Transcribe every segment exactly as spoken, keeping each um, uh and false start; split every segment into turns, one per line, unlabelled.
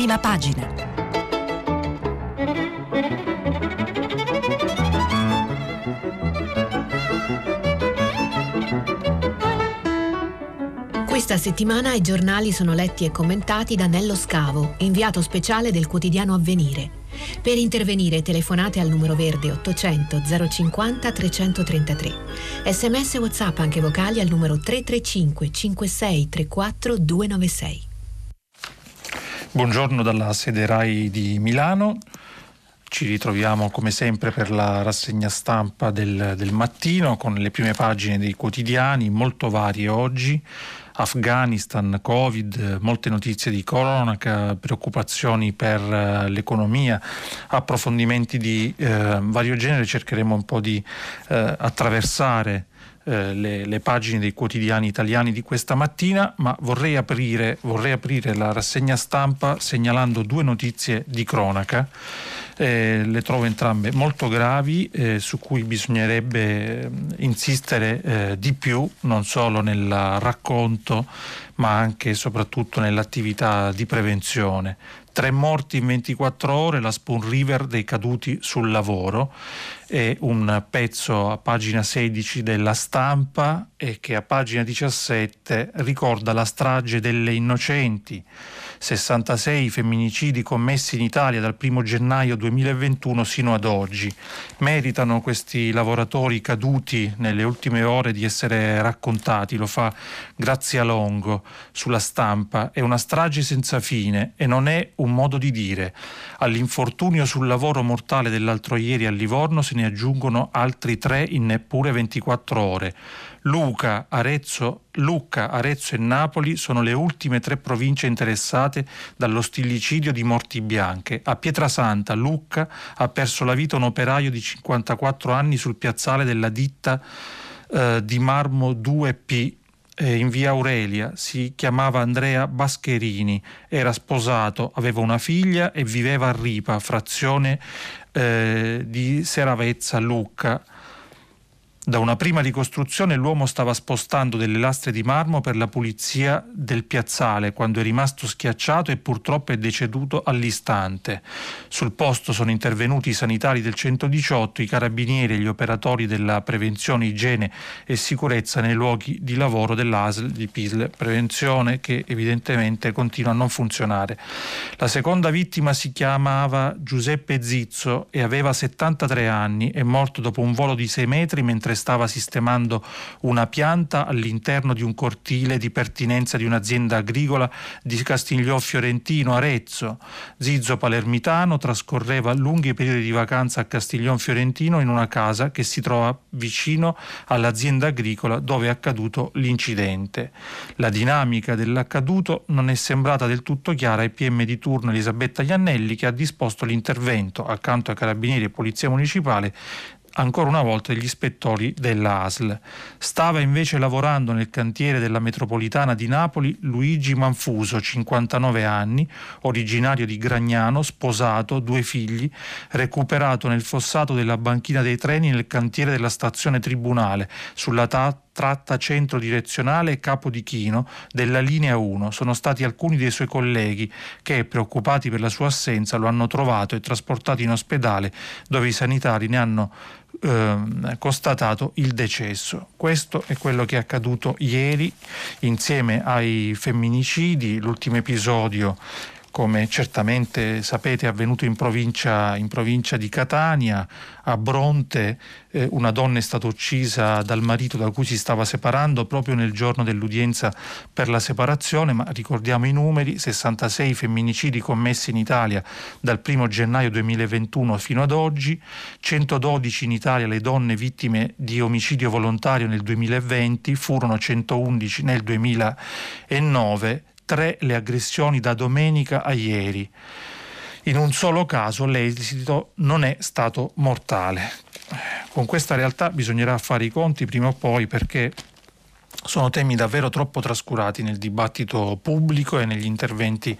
Prima pagina. Questa settimana i giornali sono letti e commentati da Nello Scavo, inviato speciale del quotidiano Avvenire. Per intervenire telefonate al numero verde ottocento zero cinquanta trecentotrentatré. Sms e WhatsApp anche vocali al numero tre tre cinque cinque sei tre quattro due nove sei.
Buongiorno dalla sede RAI di Milano. Ci ritroviamo come sempre per la rassegna stampa del, del mattino con le prime pagine dei quotidiani, molto varie oggi. Afghanistan, Covid, molte notizie di cronaca, preoccupazioni per uh, l'economia, approfondimenti di uh, vario genere. Cercheremo un po' di uh, attraversare uh, le, le pagine dei quotidiani italiani di questa mattina, ma vorrei aprire, vorrei aprire la rassegna stampa segnalando due notizie di cronaca. Eh, le trovo entrambe molto gravi, eh, su cui bisognerebbe eh, insistere eh, di più, non solo nel racconto ma anche e soprattutto nell'attività di prevenzione. Tre morti in ventiquattro ore, la Spoon River dei caduti sul lavoro, è un pezzo a pagina sedici della Stampa e che a pagina diciassette ricorda la strage delle Innocenti. sessantasei femminicidi commessi in Italia dal primo gennaio duemilaventuno sino ad oggi. Meritano questi lavoratori caduti nelle ultime ore di essere raccontati, lo fa Grazia Longo sulla Stampa. È una strage senza fine e non è un modo di dire. All'infortunio sul lavoro mortale dell'altro ieri a Livorno se ne aggiungono altri tre in neppure ventiquattro ore. Luca, Arezzo, Lucca, Arezzo e Napoli sono le ultime tre province interessate dallo stillicidio di morti bianche. A Pietrasanta, Lucca, ha perso la vita un operaio di cinquantaquattro anni sul piazzale della ditta eh, di marmo due P. In via Aurelia. Si chiamava Andrea Bascherini, era sposato, aveva una figlia e viveva a Ripa, frazione eh, di Seravezza, Lucca. Da una prima ricostruzione l'uomo stava spostando delle lastre di marmo per la pulizia del piazzale quando è rimasto schiacciato e purtroppo è deceduto all'istante. Sul posto sono intervenuti i sanitari del centodiciotto, i carabinieri e gli operatori della prevenzione, igiene e sicurezza nei luoghi di lavoro dell'A S L di Pisle, prevenzione che evidentemente continua a non funzionare. La seconda vittima si chiamava Giuseppe Zizzo e aveva settantatré anni, è morto dopo un volo di sei metri mentre stava sistemando una pianta all'interno di un cortile di pertinenza di un'azienda agricola di Castigliò Fiorentino, Arezzo. Zizzo, palermitano, trascorreva lunghi periodi di vacanza a Castiglion Fiorentino in una casa che si trova vicino all'azienda agricola dove è accaduto l'incidente. La dinamica dell'accaduto non è sembrata del tutto chiara ai P M di turno Elisabetta Iannelli, che ha disposto l'intervento accanto ai carabinieri e polizia municipale ancora una volta gli ispettori della A S L. Stava invece lavorando nel cantiere della metropolitana di Napoli Luigi Manfuso, cinquantanove anni, originario di Gragnano, sposato, due figli, recuperato nel fossato della banchina dei treni nel cantiere della stazione Tribunale, sulla ta- tratta centro direzionale Capo di Chino della linea uno. Sono stati alcuni dei suoi colleghi che, preoccupati per la sua assenza, lo hanno trovato e trasportato in ospedale, dove i sanitari ne hanno eh, constatato il decesso. Questo è quello che è accaduto ieri insieme ai femminicidi. L'ultimo episodio, come certamente sapete, è avvenuto in provincia, in provincia di Catania. A Bronte eh, una donna è stata uccisa dal marito da cui si stava separando proprio nel giorno dell'udienza per la separazione, ma ricordiamo i numeri: sessantasei femminicidi commessi in Italia dal primo gennaio duemilaventuno fino ad oggi, centododici in Italia le donne vittime di omicidio volontario nel duemilaventi, furono centoundici nel duemilanove, tre le aggressioni da domenica a ieri. In un solo caso l'esito non è stato mortale. Con questa realtà bisognerà fare i conti prima o poi, perché sono temi davvero troppo trascurati nel dibattito pubblico e negli interventi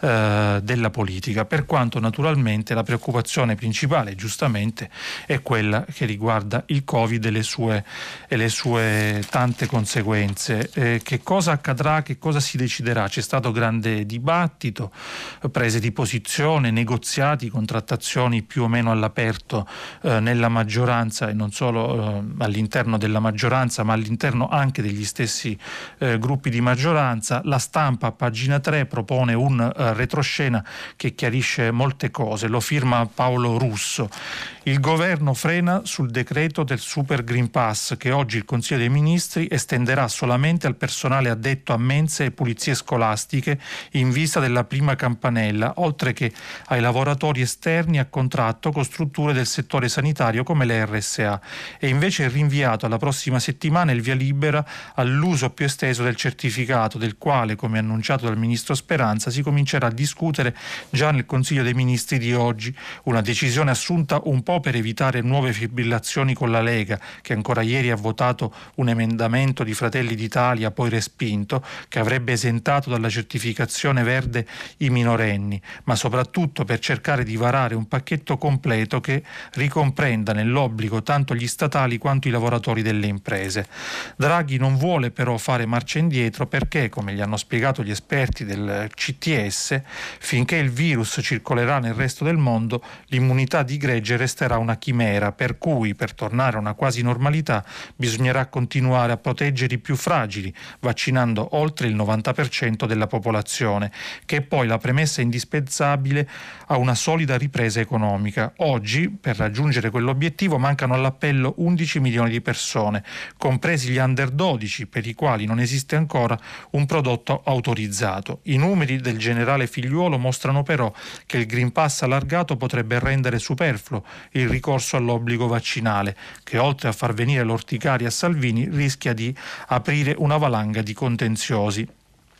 eh, della politica, per quanto naturalmente la preoccupazione principale, giustamente, è quella che riguarda il Covid e le sue, e le sue tante conseguenze. Eh, che cosa accadrà, che cosa si deciderà? C'è stato grande dibattito, prese di posizione, negoziati, contrattazioni più o meno all'aperto eh, nella maggioranza, e non solo eh, all'interno della maggioranza, ma all'interno anche degli stessi eh, gruppi di maggioranza. La Stampa, a pagina tre, propone un uh, retroscena che chiarisce molte cose. Lo firma Paolo Russo. Il governo frena sul decreto del Super Green Pass che oggi il Consiglio dei Ministri estenderà solamente al personale addetto a mense e pulizie scolastiche in vista della prima campanella, oltre che ai lavoratori esterni a contratto con strutture del settore sanitario come le R S A. E invece è rinviato alla prossima settimana il via libera all'uso più esteso del certificato, del quale, come annunciato dal ministro Speranza, si comincerà a discutere già nel Consiglio dei Ministri di oggi, una decisione assunta un po' per evitare nuove fibrillazioni con la Lega, che ancora ieri ha votato un emendamento di Fratelli d'Italia poi respinto, che avrebbe esentato dalla certificazione verde i minorenni, ma soprattutto per cercare di varare un pacchetto completo che ricomprenda nell'obbligo tanto gli statali quanto i lavoratori delle imprese. Draghi non vuole però fare marcia indietro perché, come gli hanno spiegato gli esperti del C T S, finché il virus circolerà nel resto del mondo, l'immunità di gregge resterà una chimera, per cui per tornare a una quasi normalità bisognerà continuare a proteggere i più fragili, vaccinando oltre il novanta per cento della popolazione, che è poi la premessa indispensabile a una solida ripresa economica. Oggi, per raggiungere quell'obiettivo, mancano all'appello undici milioni di persone, compresi gli under dodici, per i quali non esiste ancora un prodotto autorizzato. I numeri del generale Figliuolo mostrano però che il Green Pass allargato potrebbe rendere superfluo il ricorso all'obbligo vaccinale, che oltre a far venire l'orticaria a Salvini rischia di aprire una valanga di contenziosi.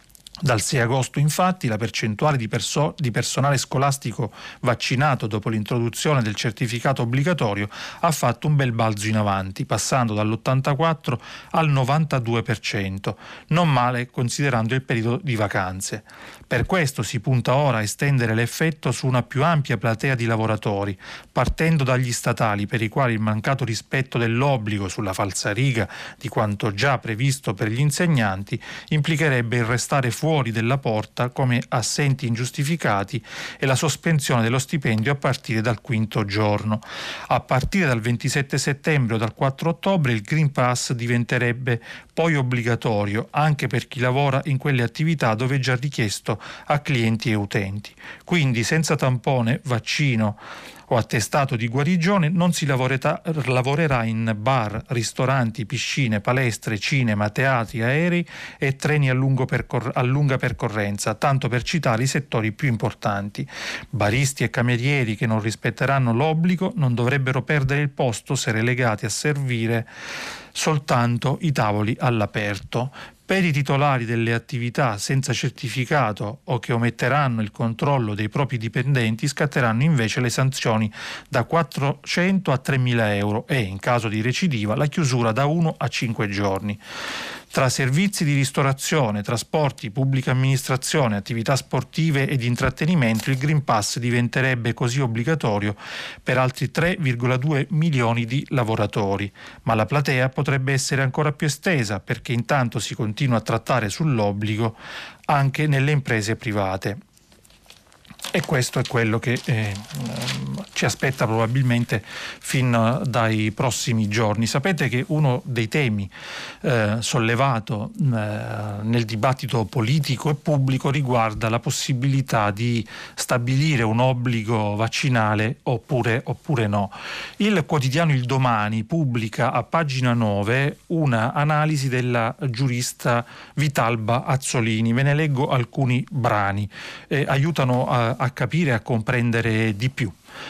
Dal sei agosto, infatti, la percentuale di, perso- di personale scolastico vaccinato dopo l'introduzione del certificato obbligatorio ha fatto un bel balzo in avanti, passando dall'ottantaquattro al novantadue per cento, non male considerando il periodo di vacanze. Per questo si punta ora a estendere l'effetto su una più ampia platea di lavoratori, partendo dagli statali, per i quali il mancato rispetto dell'obbligo sulla falsariga di quanto già previsto per gli insegnanti implicherebbe il restare fuori fuori della porta come assenti ingiustificati e la sospensione dello stipendio a partire dal quinto giorno. A partire dal ventisette settembre o dal quattro ottobre il Green Pass diventerebbe poi obbligatorio anche per chi lavora in quelle attività dove è già richiesto a clienti e utenti. Quindi senza tampone, vaccino o attestato di guarigione non si lavoreta, lavorerà in bar, ristoranti, piscine, palestre, cinema, teatri, aerei e treni a, lungo percor- a lunga percorrenza, tanto per citare i settori più importanti. Baristi e camerieri che non rispetteranno l'obbligo non dovrebbero perdere il posto se relegati a servire soltanto i tavoli all'aperto. Per i titolari delle attività senza certificato o che ometteranno il controllo dei propri dipendenti scatteranno invece le sanzioni da quattrocento a tremila euro e, in caso di recidiva, la chiusura da uno a cinque giorni. Tra servizi di ristorazione, trasporti, pubblica amministrazione, attività sportive e di intrattenimento, il Green Pass diventerebbe così obbligatorio per altri tre virgola due milioni di lavoratori. Ma la platea potrebbe essere ancora più estesa, perché intanto si continua a trattare sull'obbligo anche nelle imprese private. E questo è quello che eh, ci aspetta probabilmente fin dai prossimi giorni. Sapete che uno dei temi eh, sollevato eh, nel dibattito politico e pubblico riguarda la possibilità di stabilire un obbligo vaccinale oppure, oppure no. Il quotidiano Il Domani pubblica a pagina nove una analisi della giurista Vitalba Azzolini. Ve ne leggo alcuni brani, eh, aiutano a a capire e a comprendere di più.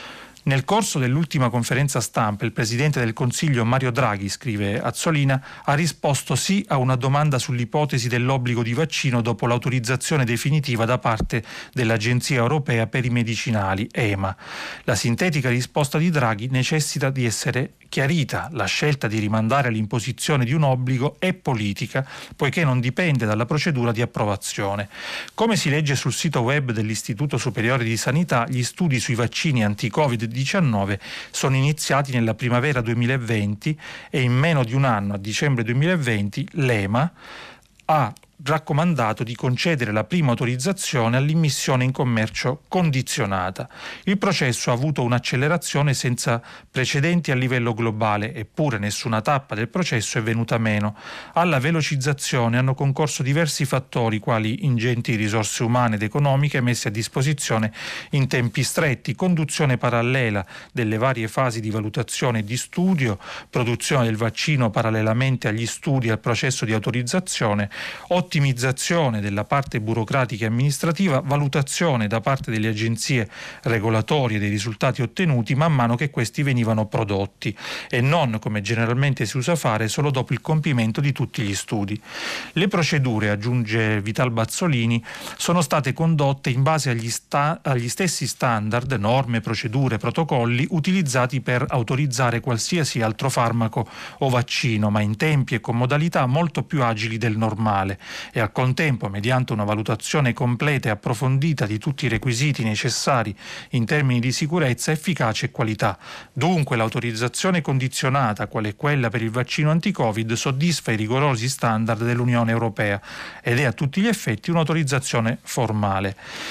Nel corso dell'ultima conferenza stampa il Presidente del Consiglio Mario Draghi, scrive Azzolina, ha risposto sì a una domanda sull'ipotesi dell'obbligo di vaccino dopo l'autorizzazione definitiva da parte dell'Agenzia Europea per i Medicinali, E M A. La sintetica risposta di Draghi necessita di essere chiarita. La scelta di rimandare l'imposizione di un obbligo è politica, poiché non dipende dalla procedura di approvazione. Come si legge sul sito web dell'Istituto Superiore di Sanità, gli studi sui vaccini anti-covid diciannove sono iniziati nella primavera duemilaventi e in meno di un anno, a dicembre duemilaventi, l'E M A ha raccomandato di concedere la prima autorizzazione all'immissione in commercio condizionata. Il processo ha avuto un'accelerazione senza precedenti a livello globale, eppure nessuna tappa del processo è venuta meno. Alla velocizzazione hanno concorso diversi fattori, quali ingenti risorse umane ed economiche messe a disposizione in tempi stretti, conduzione parallela delle varie fasi di valutazione e di studio, produzione del vaccino parallelamente agli studi e al processo di autorizzazione, ottimizzazione della parte burocratica e amministrativa, valutazione da parte delle agenzie regolatorie dei risultati ottenuti man mano che questi venivano prodotti e non, come generalmente si usa fare, solo dopo il compimento di tutti gli studi. Le procedure, aggiunge Vital Bazzolini, sono state condotte in base agli, sta- agli stessi standard, norme, procedure, protocolli utilizzati per autorizzare qualsiasi altro farmaco o vaccino, ma in tempi e con modalità molto più agili del normale e al contempo mediante una valutazione completa e approfondita di tutti i requisiti necessari in termini di sicurezza, efficacia e qualità. Dunque l'autorizzazione condizionata, quale è quella per il vaccino anti-Covid, soddisfa i rigorosi standard dell'Unione Europea ed è a tutti gli effetti un'autorizzazione formale.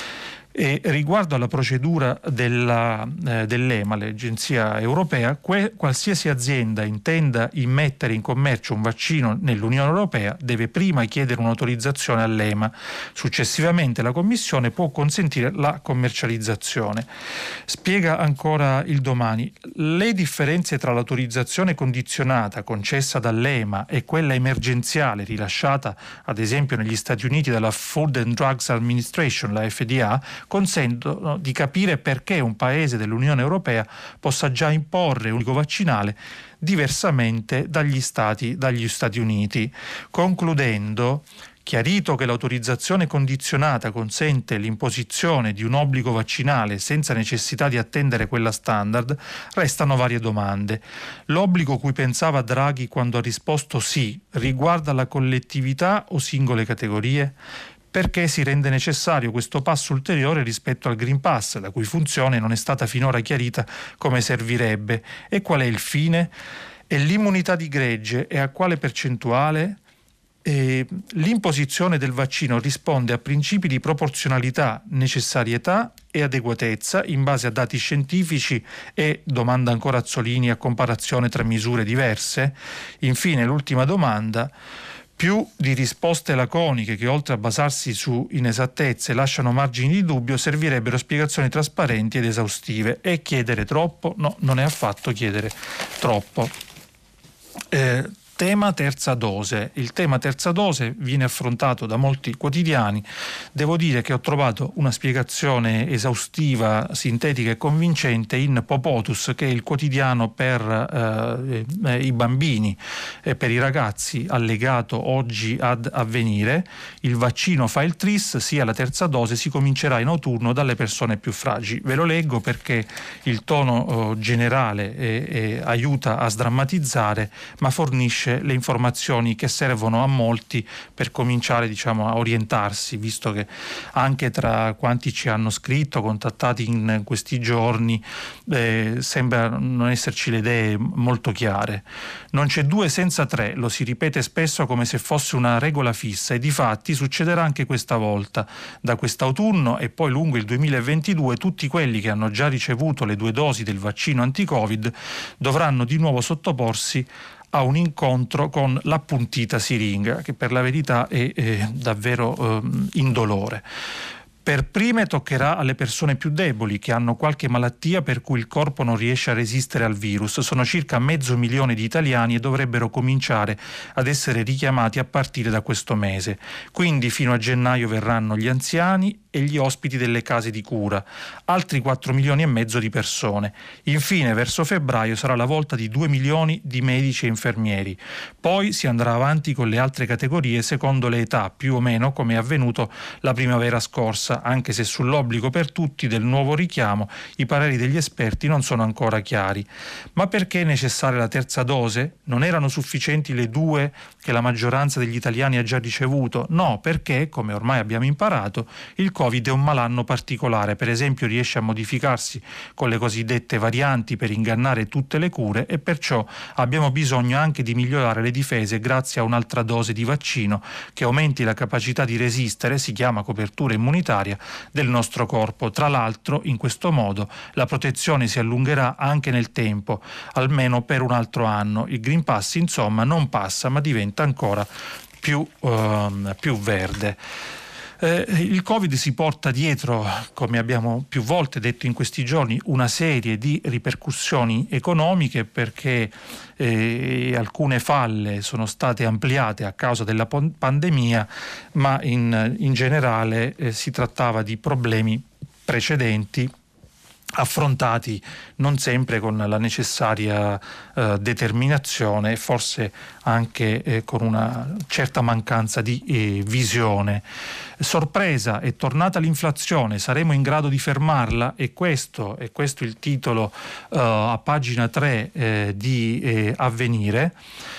E riguardo alla procedura della, eh, dell'E M A, l'Agenzia Europea, que- qualsiasi azienda intenda immettere in commercio un vaccino nell'Unione Europea deve prima chiedere un'autorizzazione all'E M A. Successivamente la Commissione può consentire la commercializzazione. Spiega ancora il Domani: le differenze tra l'autorizzazione condizionata concessa dall'E M A e quella emergenziale rilasciata ad esempio negli Stati Uniti dalla Food and Drugs Administration, la F D A, consentono di capire perché un paese dell'Unione Europea possa già imporre un obbligo vaccinale diversamente dagli Stati, dagli Stati Uniti. Concludendo, chiarito che l'autorizzazione condizionata consente l'imposizione di un obbligo vaccinale senza necessità di attendere quella standard, restano varie domande. L'obbligo cui pensava Draghi quando ha risposto sì riguarda la collettività o singole categorie? Perché si rende necessario questo passo ulteriore rispetto al Green Pass, la cui funzione non è stata finora chiarita come servirebbe? E qual è il fine? E l'immunità di gregge e a quale percentuale? E l'imposizione del vaccino risponde a principi di proporzionalità, necessarietà e adeguatezza in base a dati scientifici e, domanda ancora Azzolini, a comparazione tra misure diverse? Infine, l'ultima domanda: più di risposte laconiche che, oltre a basarsi su inesattezze, lasciano margini di dubbio, servirebbero spiegazioni trasparenti ed esaustive. E chiedere troppo? No, non è affatto chiedere troppo. Eh, Tema terza dose. Il tema terza dose viene affrontato da molti quotidiani. Devo dire che ho trovato una spiegazione esaustiva, sintetica e convincente in Popotus, che è il quotidiano per eh, eh, i bambini e per i ragazzi, allegato oggi ad Avvenire. Il vaccino fa il tris, sia la terza dose si comincerà in autunno dalle persone più fragili. Ve lo leggo perché il tono eh, generale eh, eh, aiuta a sdrammatizzare, ma fornisce le informazioni che servono a molti per cominciare, diciamo, a orientarsi, visto che anche tra quanti ci hanno scritto, contattati in questi giorni, eh, sembra non esserci le idee molto chiare. Non c'è due senza tre, lo si ripete spesso come se fosse una regola fissa, e difatti succederà anche questa volta. Da quest'autunno e poi lungo il duemilaventidue tutti quelli che hanno già ricevuto le due dosi del vaccino anti-Covid dovranno di nuovo sottoporsi a un incontro con l'appuntita siringa, che per la verità è, è davvero eh, indolore. Per prime toccherà alle persone più deboli, che hanno qualche malattia per cui il corpo non riesce a resistere al virus. Sono circa mezzo milione di italiani e dovrebbero cominciare ad essere richiamati a partire da questo mese. Quindi fino a gennaio verranno gli anziani e gli ospiti delle case di cura, altri quattro milioni e mezzo di persone. Infine, verso febbraio sarà la volta di due milioni di medici e infermieri. Poi si andrà avanti con le altre categorie secondo le età, più o meno come è avvenuto la primavera scorsa, anche se sull'obbligo per tutti del nuovo richiamo i pareri degli esperti non sono ancora chiari. Ma perché è necessaria la terza dose? Non erano sufficienti le due che la maggioranza degli italiani ha già ricevuto? No, perché, come ormai abbiamo imparato, il Covid è un malanno particolare, per esempio riesce a modificarsi con le cosiddette varianti per ingannare tutte le cure e perciò abbiamo bisogno anche di migliorare le difese grazie a un'altra dose di vaccino che aumenti la capacità di resistere, si chiama copertura immunitaria, del nostro corpo. Tra l'altro, in questo modo la protezione si allungherà anche nel tempo, almeno per un altro anno. Il Green Pass, insomma, non passa ma diventa ancora più, uh, più verde. Eh, il Covid si porta dietro, come abbiamo più volte detto in questi giorni, una serie di ripercussioni economiche perché eh, alcune falle sono state ampliate a causa della pandemia, ma in, in generale eh, si trattava di problemi precedenti affrontati non sempre con la necessaria eh, determinazione e forse anche eh, con una certa mancanza di eh, visione. Sorpresa, è tornata l'inflazione, saremo in grado di fermarla? E questo è questo il titolo eh, a pagina tre eh, di eh, Avvenire.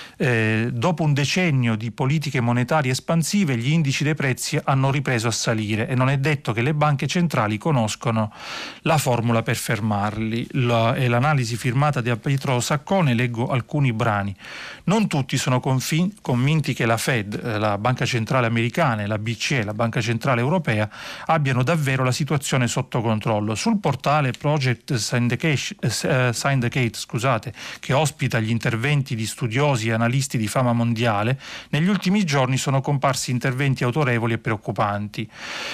Eh, dopo un decennio di politiche monetarie espansive, gli indici dei prezzi hanno ripreso a salire e non è detto che le banche centrali conoscono la formula per fermarli. La, è l'analisi firmata da Pietro Saccone, leggo alcuni brani. Non tutti sono confin- convinti che la Fed, eh, la Banca Centrale Americana, e la B C E, la Banca Centrale Europea, abbiano davvero la situazione sotto controllo. Sul portale Project Syndicate, eh, Syndicate scusate, che ospita gli interventi di studiosi e analisti di fama mondiale, negli ultimi giorni sono comparsi interventi autorevoli e preoccupanti.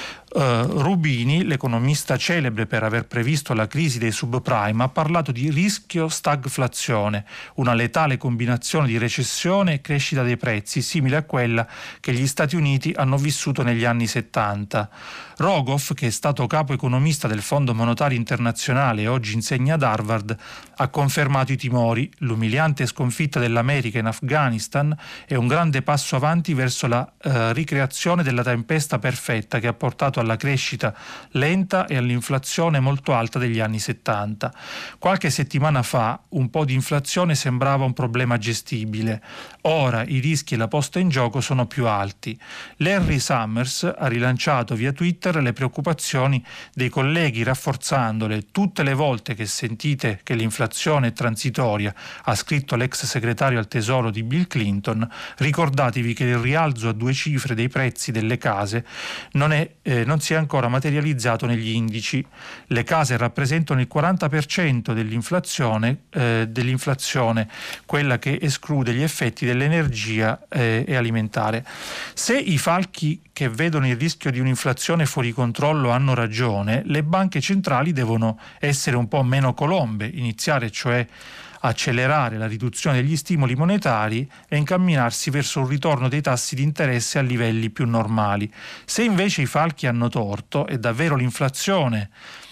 Uh, Rubini, l'economista celebre per aver previsto la crisi dei subprime, ha parlato di rischio stagflazione, una letale combinazione di recessione e crescita dei prezzi simile a quella che gli Stati Uniti hanno vissuto negli anni settanta. Rogoff, che è stato capo economista del Fondo Monetario Internazionale e oggi insegna ad Harvard, ha confermato i timori. L'umiliante sconfitta dell'America in Afghanistan è un grande passo avanti verso la uh, ricreazione della tempesta perfetta che ha portato alla crescita lenta e all'inflazione molto alta degli anni settanta. Qualche settimana fa un po' di inflazione sembrava un problema gestibile. Ora i rischi e la posta in gioco sono più alti. Larry Summers ha rilanciato via Twitter le preoccupazioni dei colleghi, rafforzandole. Tutte le volte che sentite che l'inflazione è transitoria, ha scritto l'ex segretario al Tesoro di Bill Clinton, ricordatevi che il rialzo a due cifre dei prezzi delle case non è eh, non si è ancora materializzato negli indici. Le case rappresentano il quaranta per cento dell'inflazione, eh, dell'inflazione, quella che esclude gli effetti dell'energia eh, e alimentare. Se i falchi che vedono il rischio di un'inflazione fuori controllo hanno ragione, le banche centrali devono essere un po' meno colombe, iniziare cioè accelerare la riduzione degli stimoli monetari e incamminarsi verso un ritorno dei tassi di interesse a livelli più normali. Se invece i falchi hanno torto e davvero l'inflazione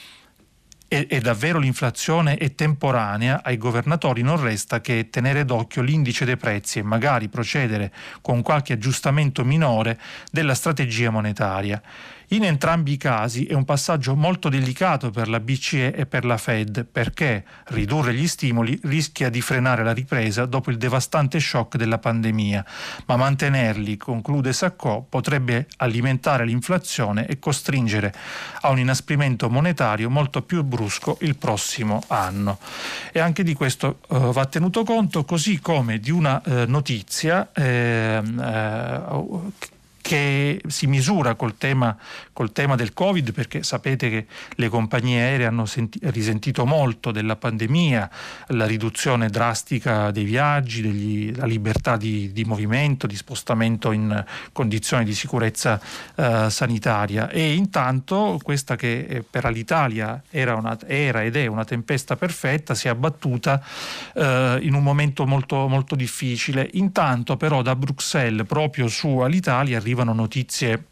e, e davvero l'inflazione è temporanea, ai governatori non resta che tenere d'occhio l'indice dei prezzi e magari procedere con qualche aggiustamento minore della strategia monetaria. In entrambi i casi è un passaggio molto delicato per la B C E e per la Fed, perché ridurre gli stimoli rischia di frenare la ripresa dopo il devastante shock della pandemia, ma mantenerli, conclude Sacco, potrebbe alimentare l'inflazione e costringere a un inasprimento monetario molto più brusco il prossimo anno. E anche di questo uh, va tenuto conto, così come di una uh, notizia eh, uh, che si misura col tema, col tema del Covid, perché sapete che le compagnie aeree hanno senti, risentito molto della pandemia, la riduzione drastica dei viaggi, degli, la libertà di, di movimento, di spostamento in condizioni di sicurezza eh, sanitaria, e intanto questa che per Alitalia era, una, era ed è una tempesta perfetta si è abbattuta eh, in un momento molto, molto difficile. Intanto però da Bruxelles proprio su Alitalia arrivano notizie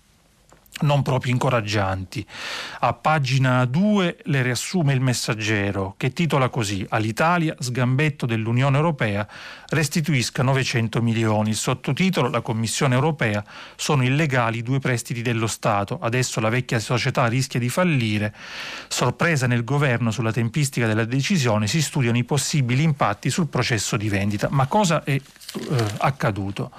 non proprio incoraggianti. A pagina due le riassume Il Messaggero, che titola così: Alitalia, sgambetto dell'Unione Europea, restituisca novecento milioni. Il sottotitolo: la Commissione Europea, sono illegali due prestiti dello Stato, adesso la vecchia società rischia di fallire, sorpresa nel governo sulla tempistica della decisione, si studiano i possibili impatti sul processo di vendita. Ma cosa è eh, accaduto?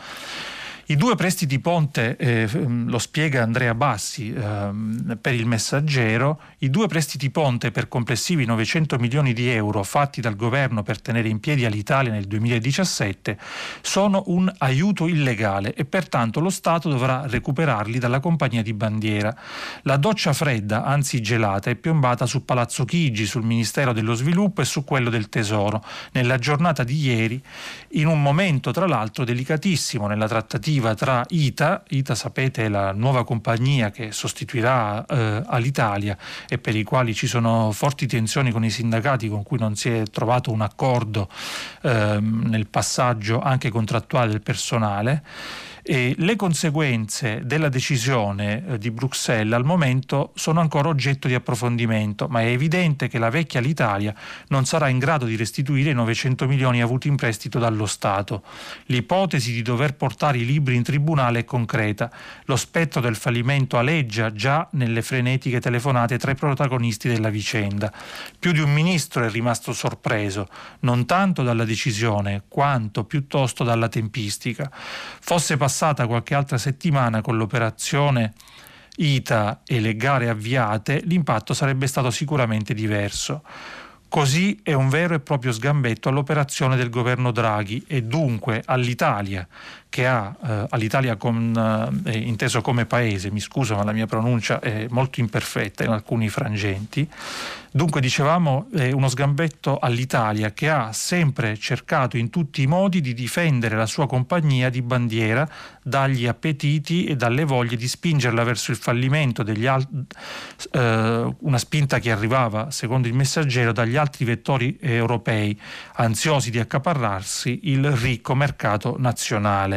I due prestiti ponte, eh, lo spiega Andrea Bassi eh, per Il Messaggero, i due prestiti ponte per complessivi novecento milioni di euro fatti dal governo per tenere in piedi Alitalia nel duemiladiciassette sono un aiuto illegale e pertanto lo Stato dovrà recuperarli dalla compagnia di bandiera. La doccia fredda, anzi gelata, è piombata su Palazzo Chigi, sul Ministero dello Sviluppo e su quello del Tesoro nella giornata di ieri, in un momento tra l'altro delicatissimo nella trattativa tra I T A, I T A sapete è la nuova compagnia che sostituirà eh, Alitalia e per i quali ci sono forti tensioni con i sindacati, con cui non si è trovato un accordo eh, nel passaggio anche contrattuale del personale. E le conseguenze della decisione eh, di Bruxelles al momento sono ancora oggetto di approfondimento, ma è evidente che la vecchia Alitalia non sarà in grado di restituire i novecento milioni avuti in prestito dallo Stato. L'ipotesi di dover portare i libri in tribunale è concreta. Lo spettro del fallimento aleggia già nelle frenetiche telefonate tra i protagonisti della vicenda. Più di un ministro è rimasto sorpreso, non tanto dalla decisione quanto piuttosto dalla tempistica. Fosse passata qualche altra settimana con l'operazione I T A e le gare avviate, l'impatto sarebbe stato sicuramente diverso. Così è un vero e proprio sgambetto all'operazione del governo Draghi e dunque all'Italia, che ha eh, all'Italia con, eh, inteso come paese, mi scuso ma la mia pronuncia è molto imperfetta in alcuni frangenti. Dunque dicevamo è uno sgambetto all'Italia, che ha sempre cercato in tutti i modi di difendere la sua compagnia di bandiera dagli appetiti e dalle voglie di spingerla verso il fallimento degli al- eh, una spinta che arrivava, secondo Il Messaggero, dagli altri vettori europei ansiosi di accaparrarsi il ricco mercato nazionale.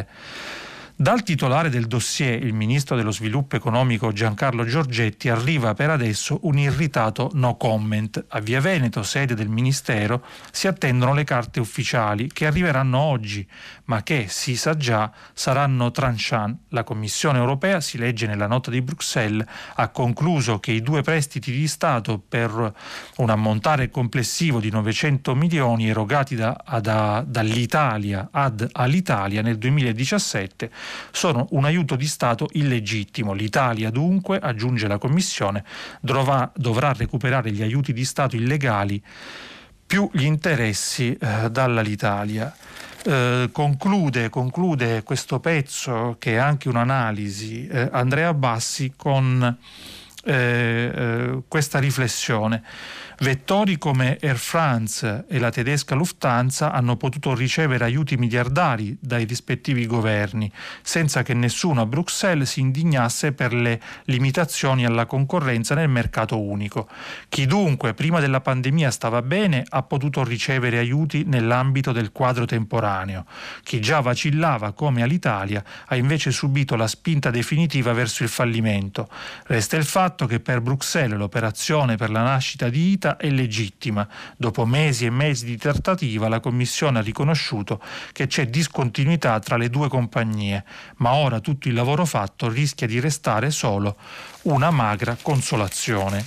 Dal titolare del dossier, il ministro dello sviluppo economico Giancarlo Giorgetti, arriva per adesso un irritato no comment. A Via Veneto, sede del ministero, si attendono le carte ufficiali che arriveranno oggi, ma che, si sa già, saranno tranchant. La Commissione europea, si legge nella nota di Bruxelles, ha concluso che i due prestiti di Stato per un ammontare complessivo di novecento milioni erogati da, da, dall'Italia ad Alitalia nel duemiladiciassette sono un aiuto di Stato illegittimo. L'Italia dunque, aggiunge la Commissione, dovrà, dovrà recuperare gli aiuti di Stato illegali più gli interessi eh, dall'Alitalia. Eh, conclude, conclude questo pezzo, che è anche un'analisi, eh, Andrea Bassi con eh, eh, questa riflessione. Vettori come Air France e la tedesca Lufthansa hanno potuto ricevere aiuti miliardari dai rispettivi governi, senza che nessuno a Bruxelles si indignasse per le limitazioni alla concorrenza nel mercato unico. Chi dunque prima della pandemia stava bene ha potuto ricevere aiuti nell'ambito del quadro temporaneo. Chi già vacillava come Alitalia ha invece subito la spinta definitiva verso il fallimento. Resta il fatto che per Bruxelles l'operazione per la nascita di I T A è legittima. Dopo mesi e mesi di trattativa, la Commissione ha riconosciuto che c'è discontinuità tra le due compagnie, ma ora tutto il lavoro fatto rischia di restare solo una magra consolazione.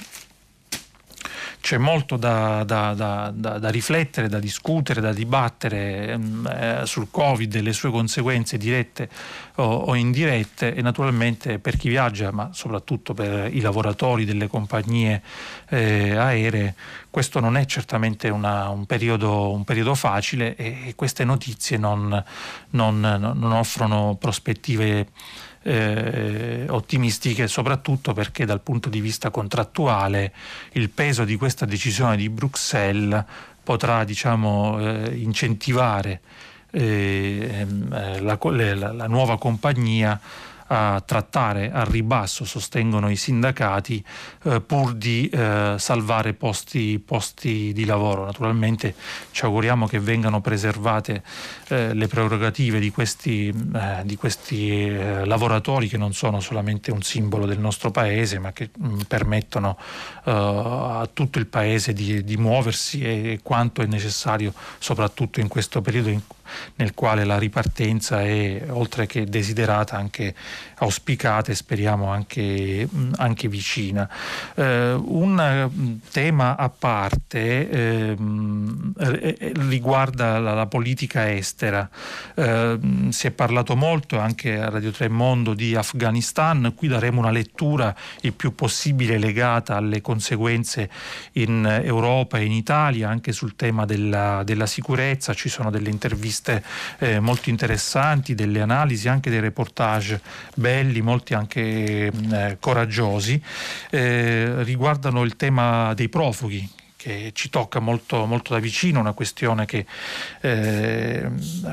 C'è molto da, da, da, da, da riflettere, da discutere, da dibattere eh, sul Covid e le sue conseguenze dirette o, o indirette, e naturalmente per chi viaggia, ma soprattutto per i lavoratori delle compagnie eh, aeree, questo non è certamente una, un, periodo, un periodo facile, e, e queste notizie non, non, non offrono prospettive eh, ottimistiche, soprattutto perché dal punto di vista contrattuale il peso di questa decisione di Bruxelles potrà, diciamo, eh, incentivare eh, la, la, la nuova compagnia a trattare al ribasso, sostengono i sindacati, eh, pur di eh, salvare posti, posti di lavoro. Naturalmente ci auguriamo che vengano preservate eh, le prerogative di questi, eh, di questi eh, lavoratori, che non sono solamente un simbolo del nostro paese, ma che mh, permettono eh, a tutto il paese di, di muoversi e quanto è necessario, soprattutto in questo periodo in nel quale la ripartenza è, oltre che desiderata, anche auspicata e speriamo anche, anche vicina. Eh, un tema a parte eh, riguarda la, la politica estera. Eh, si è parlato molto anche a Radio tre Mondo di Afghanistan. Qui daremo una lettura il più possibile legata alle conseguenze in Europa e in Italia, anche sul tema della, della sicurezza. Ci sono delle interviste Eh, molto interessanti, delle analisi, anche dei reportage belli, molti anche eh, coraggiosi, eh, riguardano il tema dei profughi, che ci tocca molto, molto da vicino, una questione che eh,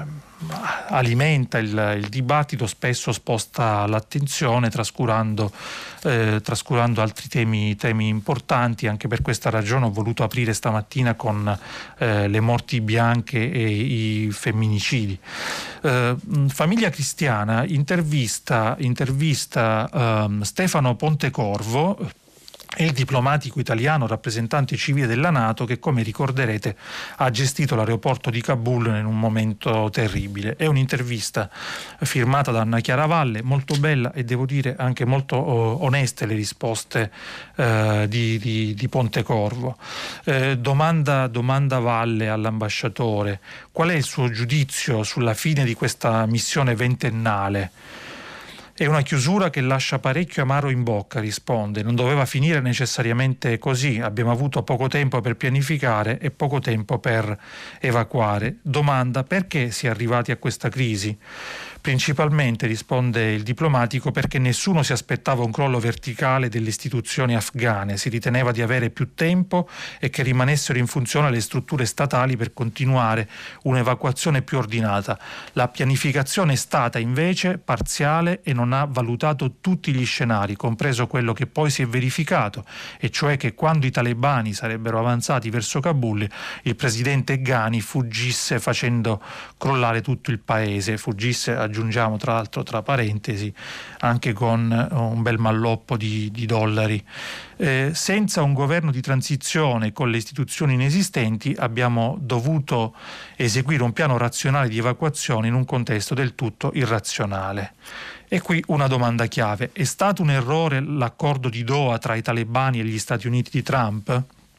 alimenta il, il dibattito, spesso sposta l'attenzione trascurando, eh, trascurando altri temi, temi importanti. Anche per questa ragione ho voluto aprire stamattina con eh, le morti bianche e i femminicidi. Eh, Famiglia Cristiana intervista, intervista eh, Stefano Pontecorvo, è il diplomatico italiano rappresentante civile della NATO che, come ricorderete, ha gestito l'aeroporto di Kabul in un momento terribile. È un'intervista firmata da Anna Chiara Valle, molto bella e devo dire anche molto oh, oneste le risposte eh, di, di, di Pontecorvo. Eh, domanda, domanda Valle all'ambasciatore: qual è il suo giudizio sulla fine di questa missione ventennale? È una chiusura che lascia parecchio amaro in bocca, risponde. Non doveva finire necessariamente così. Abbiamo avuto poco tempo per pianificare e poco tempo per evacuare. Domanda: perché si è arrivati a questa crisi? Principalmente, risponde il diplomatico, perché nessuno si aspettava un crollo verticale delle istituzioni afghane. Si riteneva di avere più tempo e che rimanessero in funzione le strutture statali per continuare un'evacuazione più ordinata. La pianificazione è stata invece parziale e non ha valutato tutti gli scenari, compreso quello che poi si è verificato, e cioè che quando i talebani sarebbero avanzati verso Kabul, il presidente Ghani fuggisse facendo crollare tutto il paese. Fuggisse, aggiungiamo tra l'altro tra parentesi, anche con un bel malloppo di, di dollari. Eh, senza un governo di transizione, con le istituzioni inesistenti, abbiamo dovuto eseguire un piano razionale di evacuazione in un contesto del tutto irrazionale. E qui una domanda chiave: è stato un errore l'accordo di Doha tra i talebani e gli Stati Uniti di Trump?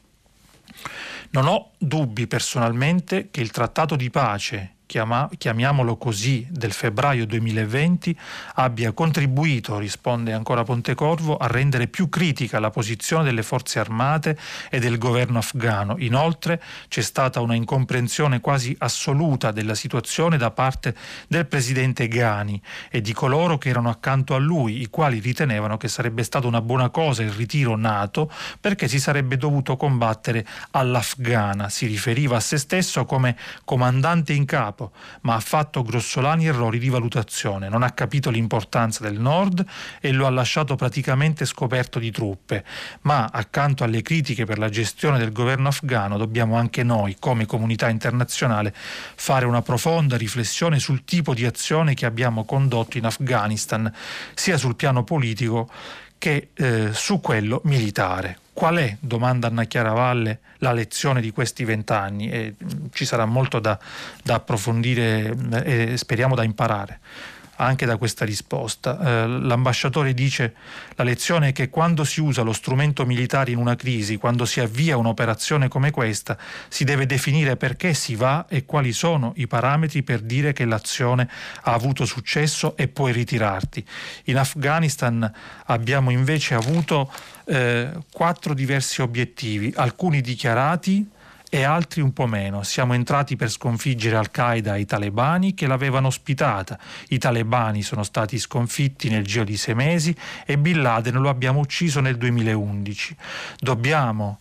Non ho dubbi personalmente che il trattato di pace, chiama, chiamiamolo così, del febbraio duemilaventi abbia contribuito, risponde ancora Pontecorvo, a rendere più critica la posizione delle forze armate e del governo afghano. Inoltre c'è stata una incomprensione quasi assoluta della situazione da parte del presidente Ghani e di coloro che erano accanto a lui, i quali ritenevano che sarebbe stata una buona cosa il ritiro NATO perché si sarebbe dovuto combattere all'afghana. Si riferiva a se stesso come comandante in capo, ma ha fatto grossolani errori di valutazione. Non ha capito l'importanza del Nord e lo ha lasciato praticamente scoperto di truppe. Ma accanto alle critiche per la gestione del governo afghano, dobbiamo anche noi, come comunità internazionale, fare una profonda riflessione sul tipo di azione che abbiamo condotto in Afghanistan, sia sul piano politico che eh, su quello militare. Qual è, domanda Anna Chiara Valle, la lezione di questi vent'anni? E ci sarà molto da, da approfondire e speriamo da imparare anche da questa risposta. Eh, l'ambasciatore dice: la lezione è che quando si usa lo strumento militare in una crisi, quando si avvia un'operazione come questa, si deve definire perché si va e quali sono i parametri per dire che l'azione ha avuto successo e puoi ritirarti. In Afghanistan abbiamo invece avuto eh, quattro diversi obiettivi, alcuni dichiarati e altri un po' meno. Siamo entrati per sconfiggere Al-Qaeda e i talebani che l'avevano ospitata. I talebani sono stati sconfitti nel giro di sei mesi e Bin Laden lo abbiamo ucciso nel duemilaundici. Dobbiamo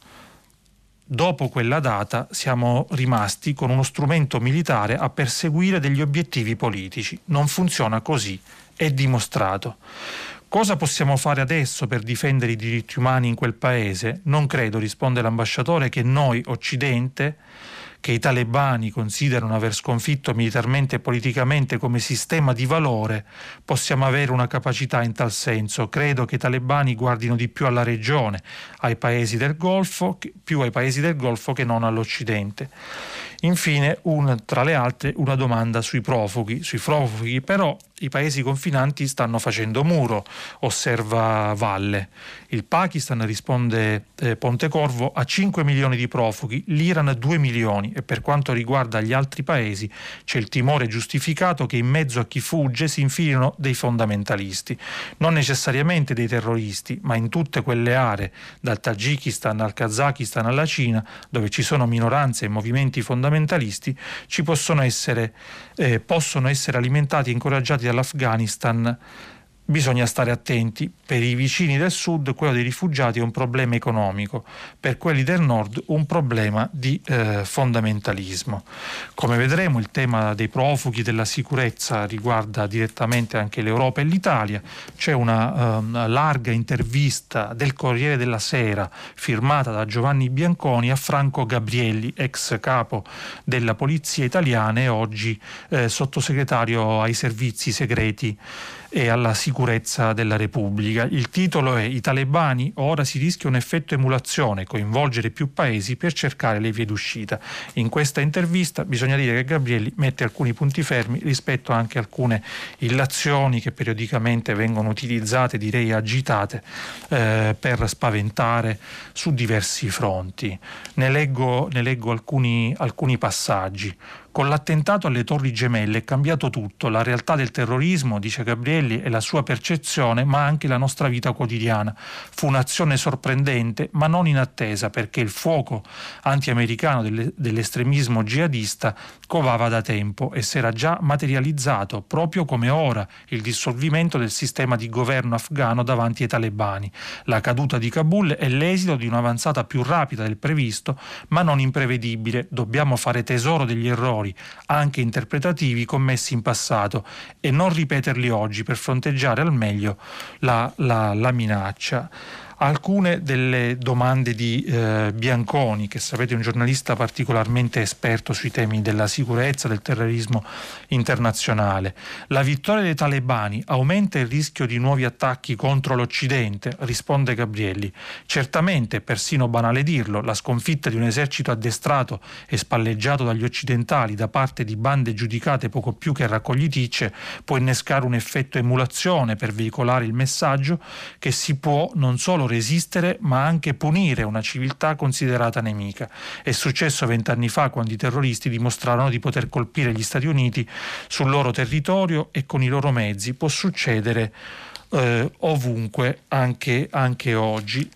Dopo quella data siamo rimasti con uno strumento militare a perseguire degli obiettivi politici. Non funziona così, è dimostrato. Cosa possiamo fare adesso per difendere i diritti umani in quel paese? Non credo, risponde l'ambasciatore, che noi, Occidente, che i talebani considerano aver sconfitto militarmente e politicamente come sistema di valore, possiamo avere una capacità in tal senso. Credo che i talebani guardino di più alla regione, ai paesi del Golfo, più ai paesi del Golfo che non all'Occidente. Infine, un, tra le altre, una domanda sui profughi. Sui profughi, però, i paesi confinanti stanno facendo muro, osserva Valle. Il Pakistan, risponde eh, Pontecorvo, ha cinque milioni di profughi, l'Iran due milioni, e per quanto riguarda gli altri paesi c'è il timore giustificato che in mezzo a chi fugge si infilino dei fondamentalisti, non necessariamente dei terroristi, ma in tutte quelle aree, dal Tagikistan al Kazakistan alla Cina, dove ci sono minoranze e movimenti fondamentalisti, ci possono essere, eh, possono essere alimentati e incoraggiati dall'Afghanistan. Bisogna stare attenti. Per i vicini del sud quello dei rifugiati è un problema economico, per quelli del nord un problema di eh, fondamentalismo. Come vedremo, il tema dei profughi, della sicurezza riguarda direttamente anche l'Europa e l'Italia. C'è una, una larga intervista del Corriere della Sera firmata da Giovanni Bianconi a Franco Gabrielli, ex capo della polizia italiana e oggi eh, sottosegretario ai servizi segreti e alla sicurezza della Repubblica. Il titolo è: i talebani, ora si rischia un effetto emulazione, coinvolgere più paesi per cercare le vie d'uscita. In questa intervista bisogna dire che Gabrielli mette alcuni punti fermi rispetto anche a alcune illazioni che periodicamente vengono utilizzate, direi agitate, eh, per spaventare su diversi fronti. Ne leggo, ne leggo alcuni, alcuni passaggi. Con l'attentato alle Torri Gemelle è cambiato tutto, la realtà del terrorismo, dice Gabrielli, è la sua percezione, ma anche la nostra vita quotidiana. Fu un'azione sorprendente, ma non inattesa, perché il fuoco anti-americano delle, dell'estremismo jihadista covava da tempo e si era già materializzato, proprio come ora, il dissolvimento del sistema di governo afghano davanti ai talebani. La caduta di Kabul è l'esito di un'avanzata più rapida del previsto, ma non imprevedibile. Dobbiamo fare tesoro degli errori anche interpretativi commessi in passato e non ripeterli oggi per fronteggiare al meglio la, la, la minaccia. Alcune delle domande di eh, Bianconi, che sapete è un giornalista particolarmente esperto sui temi della sicurezza, del terrorismo internazionale. La vittoria dei talebani aumenta il rischio di nuovi attacchi contro l'Occidente, risponde Gabrielli. Certamente, è persino banale dirlo, la sconfitta di un esercito addestrato e spalleggiato dagli occidentali da parte di bande giudicate poco più che raccogliticce può innescare un effetto emulazione per veicolare il messaggio che si può non solo resistere ma anche punire una civiltà considerata nemica. È successo vent'anni fa, quando i terroristi dimostrarono di poter colpire gli Stati Uniti sul loro territorio e con i loro mezzi. Può succedere eh, ovunque, anche, anche oggi.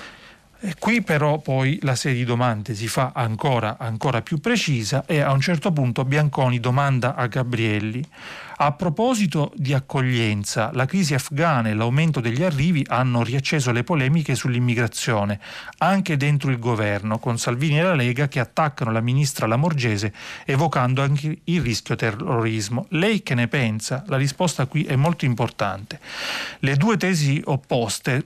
E qui però poi la serie di domande si fa ancora, ancora più precisa e a un certo punto Bianconi domanda a Gabrielli: a proposito di accoglienza, la crisi afghana e l'aumento degli arrivi hanno riacceso le polemiche sull'immigrazione, anche dentro il governo, con Salvini e la Lega che attaccano la ministra Lamorgese evocando anche il rischio terrorismo. Lei che ne pensa? La risposta qui è molto importante. Le due tesi opposte,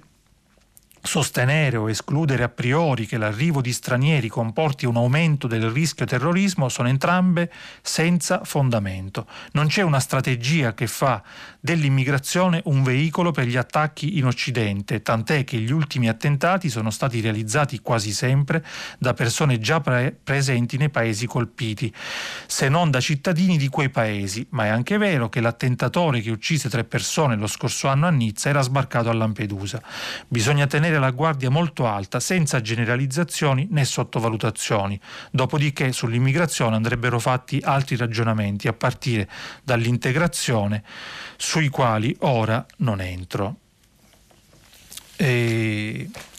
sostenere o escludere a priori che l'arrivo di stranieri comporti un aumento del rischio terrorismo, sono entrambe senza fondamento. Non c'è una strategia che fa dell'immigrazione un veicolo per gli attacchi in Occidente, tant'è che gli ultimi attentati sono stati realizzati quasi sempre da persone già pre- presenti nei paesi colpiti, se non da cittadini di quei paesi. Ma è anche vero che l'attentatore che uccise tre persone lo scorso anno a Nizza era sbarcato a Lampedusa. Bisogna tenere la guardia molto alta, senza generalizzazioni né sottovalutazioni. Dopodiché sull'immigrazione andrebbero fatti altri ragionamenti, a partire dall'integrazione, sui quali ora non entro. E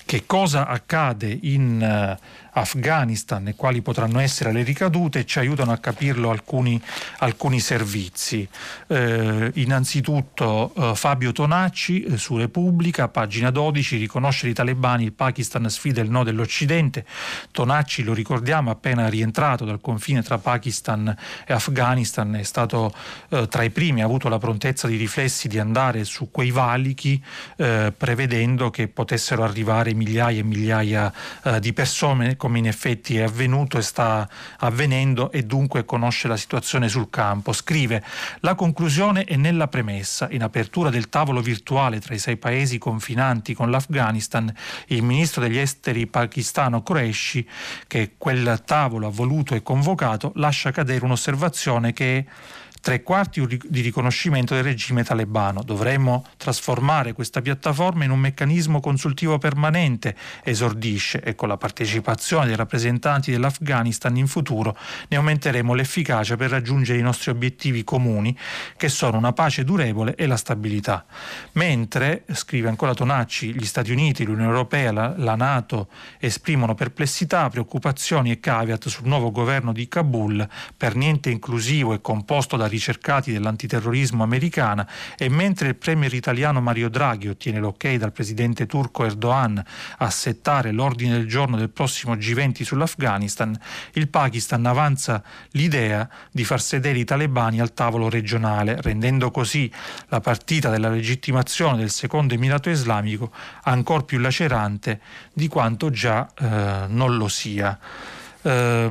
che cosa accade in uh, Afghanistan e quali potranno essere le ricadute, ci aiutano a capirlo alcuni, alcuni servizi. Eh, innanzitutto eh, Fabio Tonacci eh, su Repubblica, pagina dodici, riconoscere i talebani, il Pakistan sfida il no dell'Occidente. Tonacci, lo ricordiamo, appena rientrato dal confine tra Pakistan e Afghanistan, è stato eh, tra i primi, ha avuto la prontezza di riflessi di andare su quei valichi eh, prevedendo che potessero arrivare migliaia e migliaia eh, di persone, come in effetti è avvenuto e sta avvenendo, e dunque conosce la situazione sul campo. Scrive: la conclusione è nella premessa. In apertura del tavolo virtuale tra i sei paesi confinanti con l'Afghanistan, il ministro degli esteri pakistano Qureshi, che quel tavolo ha voluto e convocato, lascia cadere un'osservazione che è tre quarti di riconoscimento del regime talebano. Dovremmo trasformare questa piattaforma in un meccanismo consultivo permanente, esordisce, e con la partecipazione dei rappresentanti dell'Afghanistan in futuro ne aumenteremo l'efficacia per raggiungere i nostri obiettivi comuni, che sono una pace durevole e la stabilità. Mentre, scrive ancora Tonacci, gli Stati Uniti, l'Unione Europea, la, la NATO esprimono perplessità, preoccupazioni e caveat sul nuovo governo di Kabul, per niente inclusivo e composto da ricercati dell'antiterrorismo americana, e mentre il premier italiano Mario Draghi ottiene l'ok dal presidente turco Erdogan a settare l'ordine del giorno del prossimo G venti sull'Afghanistan, il Pakistan avanza l'idea di far sedere i talebani al tavolo regionale, rendendo così la partita della legittimazione del secondo Emirato Islamico ancor più lacerante di quanto già eh, non lo sia. Eh,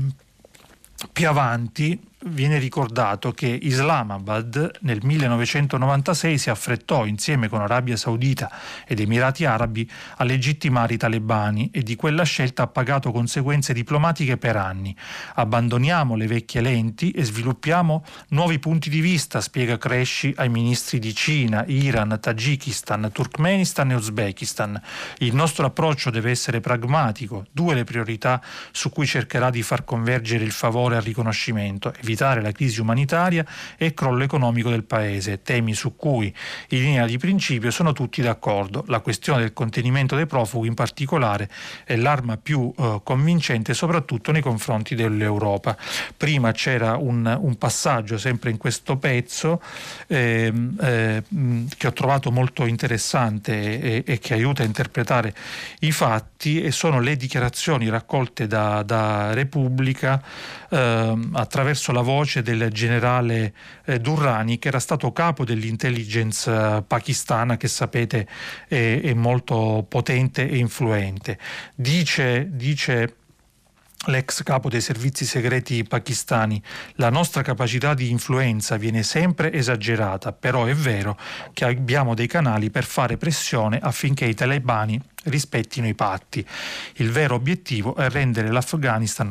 più avanti viene ricordato che Islamabad nel millenovecentonovantasei si affrettò, insieme con Arabia Saudita ed Emirati Arabi, a legittimare i talebani, e di quella scelta ha pagato conseguenze diplomatiche per anni. Abbandoniamo le vecchie lenti e sviluppiamo nuovi punti di vista, spiega Qureshi ai ministri di Cina, Iran, Tagikistan, Turkmenistan e Uzbekistan. Il nostro approccio deve essere pragmatico, due le priorità su cui cercherà di far convergere il favore al riconoscimento: evitare la crisi umanitaria e il crollo economico del paese, temi su cui in linea di principio sono tutti d'accordo. La questione del contenimento dei profughi in particolare è l'arma più eh, convincente, soprattutto nei confronti dell'Europa. Prima c'era un, un passaggio sempre in questo pezzo eh, eh, che ho trovato molto interessante e, e che aiuta a interpretare i fatti, e sono le dichiarazioni raccolte da, da Repubblica eh, attraverso la voce del generale eh, Durrani, che era stato capo dell'intelligence eh, pakistana, che sapete è, è molto potente e influente. Dice, dice l'ex capo dei servizi segreti pakistani: la nostra capacità di influenza viene sempre esagerata, però è vero che abbiamo dei canali per fare pressione affinché i talebani rispettino i patti. Il vero obiettivo è rendere l'Afghanistan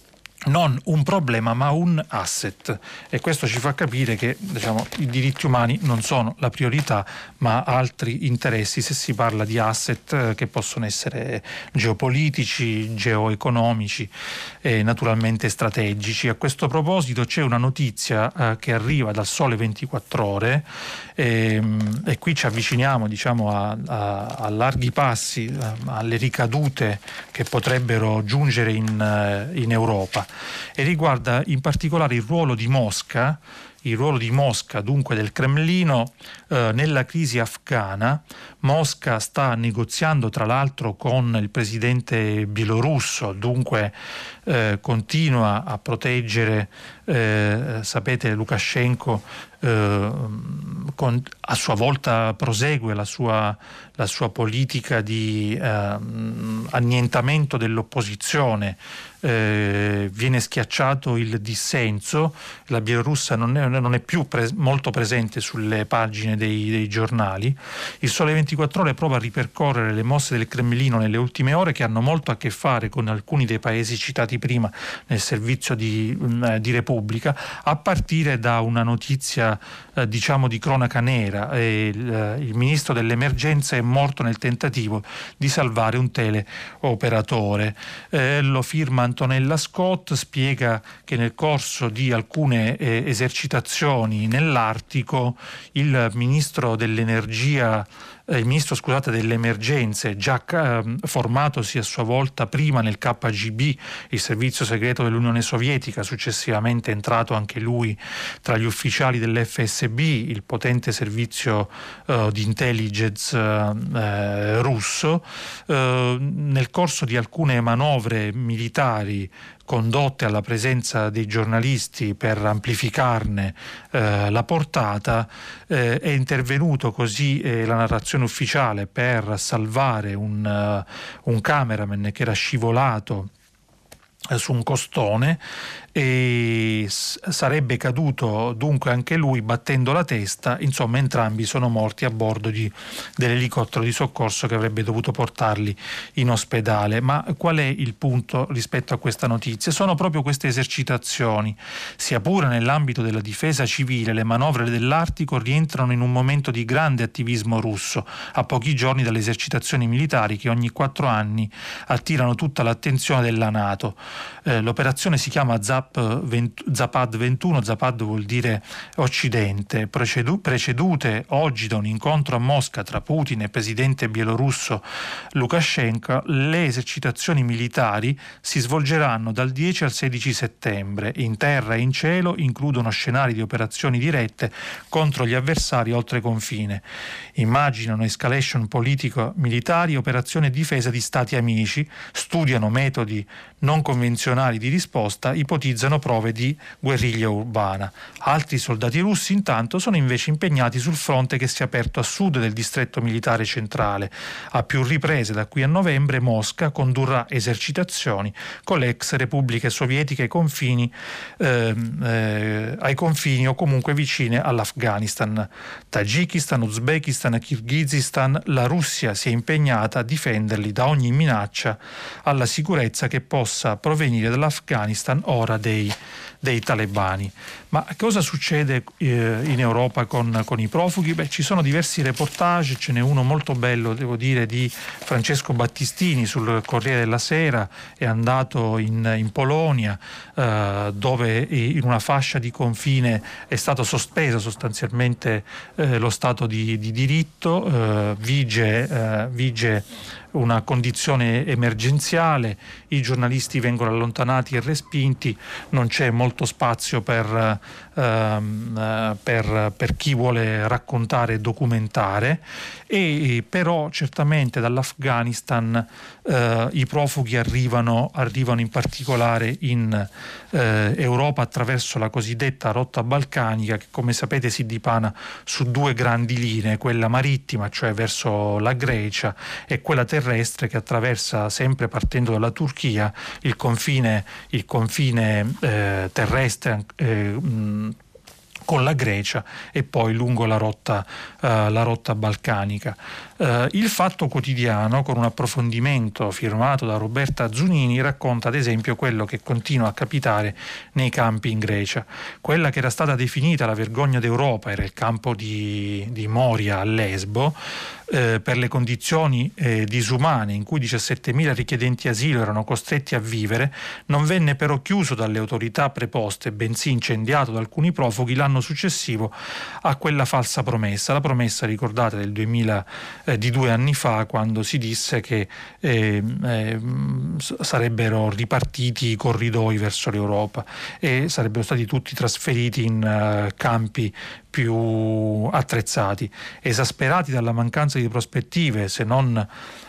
non un problema ma un asset, e questo ci fa capire che, diciamo, i diritti umani non sono la priorità ma altri interessi, se si parla di asset che possono essere geopolitici, geoeconomici e naturalmente strategici. A questo proposito c'è una notizia eh, che arriva dal Sole ventiquattro Ore e, e qui ci avviciniamo, diciamo, a, a, a larghi passi a, alle ricadute che potrebbero giungere in, in Europa, e riguarda in particolare il ruolo di Mosca, il ruolo di Mosca, dunque del Cremlino, eh, nella crisi afghana. Mosca sta negoziando tra l'altro con il presidente bielorusso, dunque eh, continua a proteggere, eh, sapete, Lukashenko eh, con, a sua volta prosegue la sua, la sua politica di eh, annientamento dell'opposizione. Eh, viene schiacciato il dissenso, la Bielorussia non è, non è più pres- molto presente sulle pagine dei, dei giornali. Il Sole ventiquattro Ore prova a ripercorrere le mosse del Cremlino nelle ultime ore, che hanno molto a che fare con alcuni dei paesi citati prima nel servizio di, mh, di Repubblica, a partire da una notizia eh, diciamo di cronaca nera. E il, il ministro dell'emergenza è morto nel tentativo di salvare un teleoperatore. Eh, lo firma Antonella Scott, spiega che nel corso di alcune eh, esercitazioni nell'Artico il ministro dell'energia eh, il ministro scusate, delle emergenze, già eh, formatosi a sua volta prima nel K G B, il servizio segreto dell'Unione Sovietica, successivamente entrato anche lui tra gli ufficiali dell'F S B, il potente servizio eh, di intelligence eh, russo, eh, nel corso di alcune manovre militari condotte alla presenza dei giornalisti per amplificarne eh, la portata, eh, è intervenuto così eh, la narrazione ufficiale per salvare un, uh, un cameraman che era scivolato eh, su un costone e s- sarebbe caduto dunque anche lui battendo la testa. Insomma, entrambi sono morti a bordo di, dell'elicottero di soccorso che avrebbe dovuto portarli in ospedale. Ma qual è il punto rispetto a questa notizia? Sono proprio queste esercitazioni. Sia pure nell'ambito della difesa civile, le manovre dell'Artico rientrano in un momento di grande attivismo russo, a pochi giorni dalle esercitazioni militari che ogni quattro anni attirano tutta l'attenzione della NATO. Eh, l'operazione si chiama Zap Zapad ventuno, Zapad vuol dire Occidente, precedu- precedute oggi da un incontro a Mosca tra Putin e il presidente bielorusso Lukashenko. Le esercitazioni militari si svolgeranno dal dieci al sedici settembre. In terra e in cielo includono scenari di operazioni dirette contro gli avversari oltre confine. Immaginano escalation politico-militari, operazioni e difesa di stati amici, studiano metodi non convenzionali di risposta, ipotizzano prove di guerriglia urbana. Altri soldati russi intanto sono invece impegnati sul fronte che si è aperto a sud del distretto militare centrale. A più riprese da qui a novembre Mosca condurrà esercitazioni con le ex repubbliche sovietiche ai confini, eh, eh, ai confini o comunque vicine all'Afghanistan. Tagikistan, Uzbekistan, Kirghizistan, la Russia si è impegnata a difenderli da ogni minaccia alla sicurezza che possa provenire dall'Afghanistan, ora dei, dei talebani. Ma cosa succede eh, in Europa con, con i profughi? Beh, ci sono diversi reportage, ce n'è uno molto bello, devo dire, di Francesco Battistini sul Corriere della Sera, è andato in, in Polonia, eh, dove in una fascia di confine è stato sospeso sostanzialmente eh, lo Stato di, di diritto, eh, vige, eh, vige una condizione emergenziale, i giornalisti vengono allontanati e respinti, non c'è molto spazio per, ehm, per, per chi vuole raccontare e documentare, e però certamente dall'Afghanistan eh, i profughi arrivano, arrivano in particolare in eh, Europa attraverso la cosiddetta rotta balcanica, che come sapete si dipana su due grandi linee, quella marittima, cioè verso la Grecia, e quella terrestre che attraversa, sempre partendo dalla Turchia, il confine, il confine eh, terrestre eh, mh, con la Grecia e poi lungo la rotta, uh, la rotta balcanica. Uh, il Fatto Quotidiano, con un approfondimento firmato da Roberta Zunini, racconta ad esempio quello che continua a capitare nei campi in Grecia. Quella che era stata definita la vergogna d'Europa era il campo di, di Moria a Lesbo, eh, per le condizioni eh, disumane in cui diciassettemila richiedenti asilo erano costretti a vivere, non venne però chiuso dalle autorità preposte, bensì incendiato da alcuni profughi l'anno successivo a quella falsa promessa, la promessa, ricordate, del duemila, eh, di due anni fa, quando si disse che eh, eh, sarebbero ripartiti i corridoi verso l'Europa e sarebbero stati tutti trasferiti in uh, campi più attrezzati. Esasperati dalla mancanza di prospettive, se non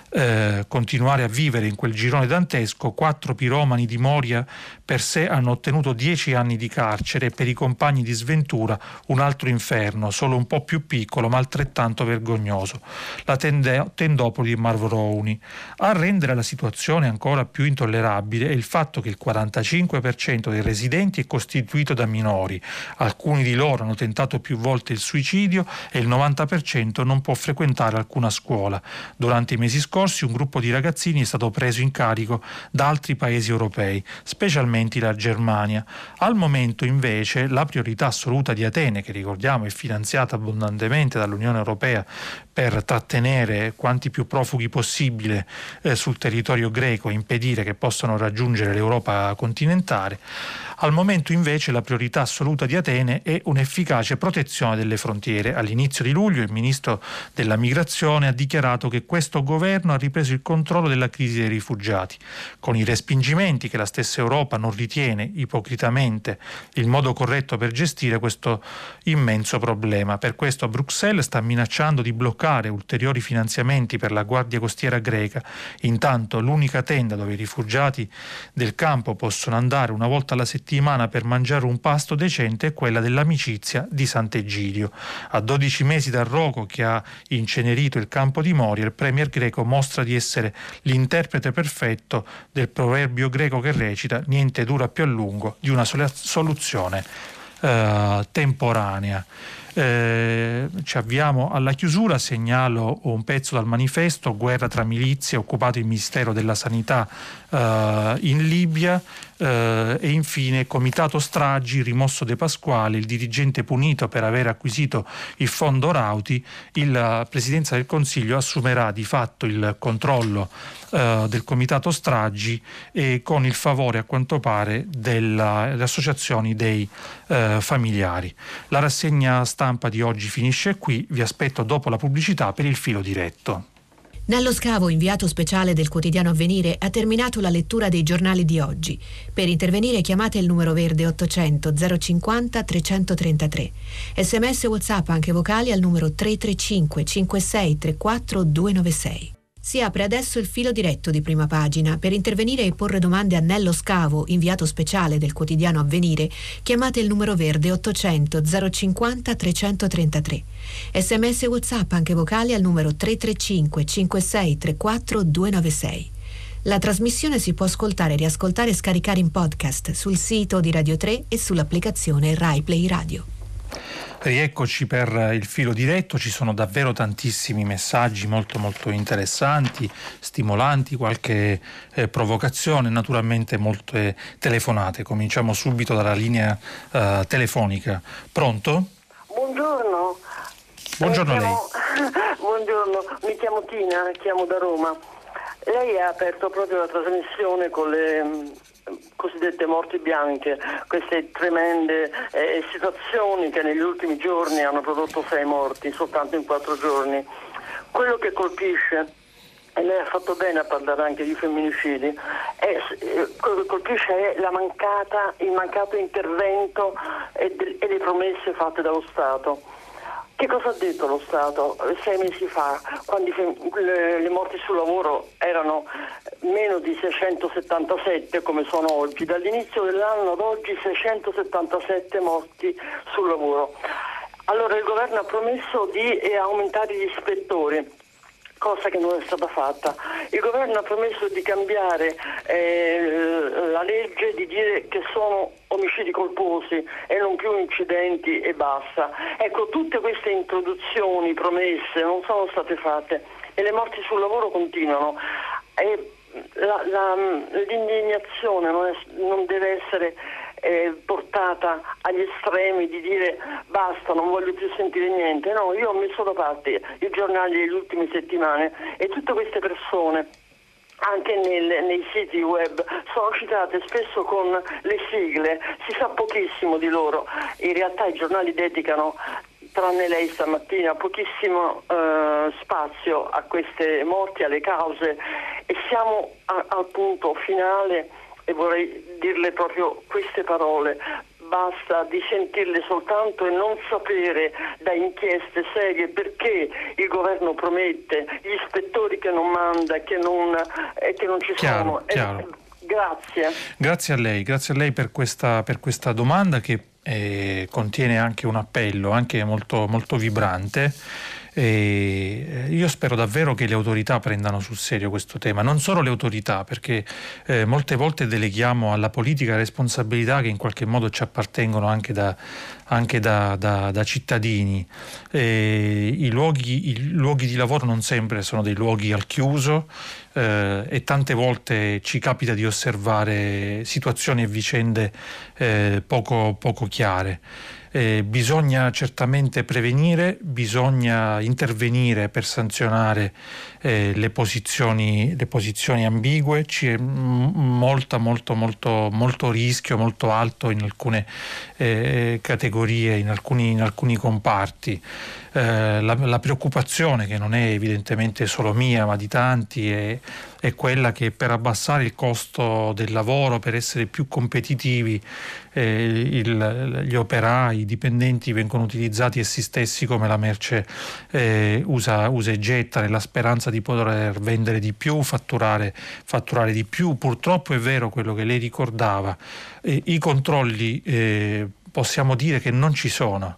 Eh, continuare a vivere in quel girone dantesco, quattro piromani di Moria per sé hanno ottenuto dieci anni di carcere, e per i compagni di sventura un altro inferno, solo un po' più piccolo ma altrettanto vergognoso, la tende- tendopoli di Marvoroni. A rendere la situazione ancora più intollerabile è il fatto che il quarantacinque per cento dei residenti è costituito da minori, alcuni di loro hanno tentato più volte il suicidio e il novanta per cento non può frequentare alcuna scuola. Durante i mesi scorsi un gruppo di ragazzini è stato preso in carico da altri paesi europei, specialmente la Germania. Al momento invece la priorità assoluta di Atene, che ricordiamo è finanziata abbondantemente dall'Unione Europea per trattenere quanti più profughi possibile eh, sul territorio greco e impedire che possano raggiungere l'Europa continentale. Al momento invece la priorità assoluta di Atene è un'efficace protezione delle frontiere. All'inizio di luglio il ministro della migrazione ha dichiarato che questo governo ha ripreso il controllo della crisi dei rifugiati, con i respingimenti che la stessa Europa non ritiene ipocritamente il modo corretto per gestire questo immenso problema. Per questo Bruxelles sta minacciando di bloccare ulteriori finanziamenti per la Guardia Costiera greca. Intanto l'unica tenda dove i rifugiati del campo possono andare una volta alla settimana per mangiare un pasto decente è quella dell'Amicizia di Sant'Egidio. A dodici mesi dal rogo che ha incenerito il campo di Moria, il premier greco mostra di essere l'interprete perfetto del proverbio greco che recita: niente dura più a lungo di una sola soluzione eh, temporanea. Eh, ci avviamo alla chiusura, segnalo un pezzo dal manifesto: guerra tra milizie, occupato il Ministero della Sanità eh, in Libia, eh, e infine comitato stragi, rimosso De Pasquale, il dirigente punito per aver acquisito il fondo Rauti. La Presidenza del Consiglio assumerà di fatto il controllo eh, del comitato stragi e con il favore, a quanto pare, della, delle associazioni dei eh, familiari. La rassegna stampa di oggi finisce qui, vi aspetto dopo la pubblicità per il filo diretto.
Nello Scavo, inviato speciale del quotidiano Avvenire, ha terminato la lettura dei giornali di oggi. Per intervenire chiamate il numero verde ottocento zero cinquanta trecentotrentatré. Sms WhatsApp anche vocali al numero tre tre cinque cinque sei tre quattro due nove sei. Si apre adesso il filo diretto di Prima Pagina. Per intervenire e porre domande a Nello Scavo, inviato speciale del quotidiano Avvenire, chiamate il numero verde ottocento zero cinquanta trecentotrentatré. Sms WhatsApp anche vocali al numero tre tre cinque cinque sei tre quattro due nove sei. La trasmissione si può ascoltare, riascoltare e scaricare in podcast sul sito di Radio tre e sull'applicazione Rai Play Radio.
Rieccoci per il filo diretto, ci sono davvero tantissimi messaggi molto molto interessanti, stimolanti, qualche eh, provocazione, naturalmente molte telefonate. Cominciamo subito dalla linea eh, telefonica. Pronto?
Buongiorno.
Buongiorno a lei.
Buongiorno, mi chiamo Tina, chiamo da Roma. Lei ha aperto proprio la trasmissione con le cosiddette morti bianche, queste tremende eh, situazioni che negli ultimi giorni hanno prodotto sei morti soltanto in quattro giorni. Quello che colpisce, e lei ha fatto bene a parlare anche di femminicidi, è, eh, quello che colpisce è la mancata, il mancato intervento e, de, e le promesse fatte dallo Stato. Che cosa ha detto lo Stato sei mesi fa, quando le, le morti sul lavoro erano meno di seicentosettantasette come sono oggi? Dall'inizio dell'anno ad oggi seicentosettantasette morti sul lavoro. Allora il governo ha promesso di eh, aumentare gli ispettori, cosa che non è stata fatta. Il governo ha promesso di cambiare eh, la legge, di dire che sono omicidi colposi e non più incidenti e basta. Ecco, tutte queste introduzioni, promesse non sono state fatte e le morti sul lavoro continuano. E la, la, l'indignazione non, è, non deve essere Eh, portata agli estremi di dire basta, non voglio più sentire niente. No, io ho messo da parte i giornali delle ultime settimane e tutte queste persone anche nel, nei siti web sono citate spesso con le sigle, si sa pochissimo di loro. In realtà i giornali dedicano, tranne lei stamattina, pochissimo eh, spazio a queste morti, alle cause, e siamo a, al punto finale. E vorrei dirle proprio queste parole: basta di sentirle soltanto e non sapere da inchieste serie perché il governo promette, gli ispettori che non manda e che non, eh, che non ci
chiaro,
sono.
Chiaro.
Eh, grazie.
Grazie a lei, grazie a lei per questa, per questa domanda che eh, contiene anche un appello, anche molto, molto vibrante. E io spero davvero che le autorità prendano sul serio questo tema, non solo le autorità, perché eh, molte volte deleghiamo alla politica responsabilità che in qualche modo ci appartengono anche da, anche da, da, da cittadini. E i, luoghi, i luoghi di lavoro non sempre sono dei luoghi al chiuso, eh, e tante volte ci capita di osservare situazioni e vicende eh, poco, poco chiare. Eh, bisogna certamente prevenire, bisogna intervenire per sanzionare eh, le posizioni, le posizioni ambigue. C'è m- molta, molto, molto, molto rischio, molto alto in alcune eh, categorie, in alcuni, in alcuni comparti. Eh, la, la preoccupazione, che non è evidentemente solo mia ma di tanti, è, è quella che per abbassare il costo del lavoro, per essere più competitivi, eh, il, gli operai, i dipendenti vengono utilizzati essi stessi come la merce eh, usa, usa e getta, nella speranza di poter vendere di più, fatturare, fatturare di più. Purtroppo è vero quello che lei ricordava, eh, i controlli eh, possiamo dire che non ci sono.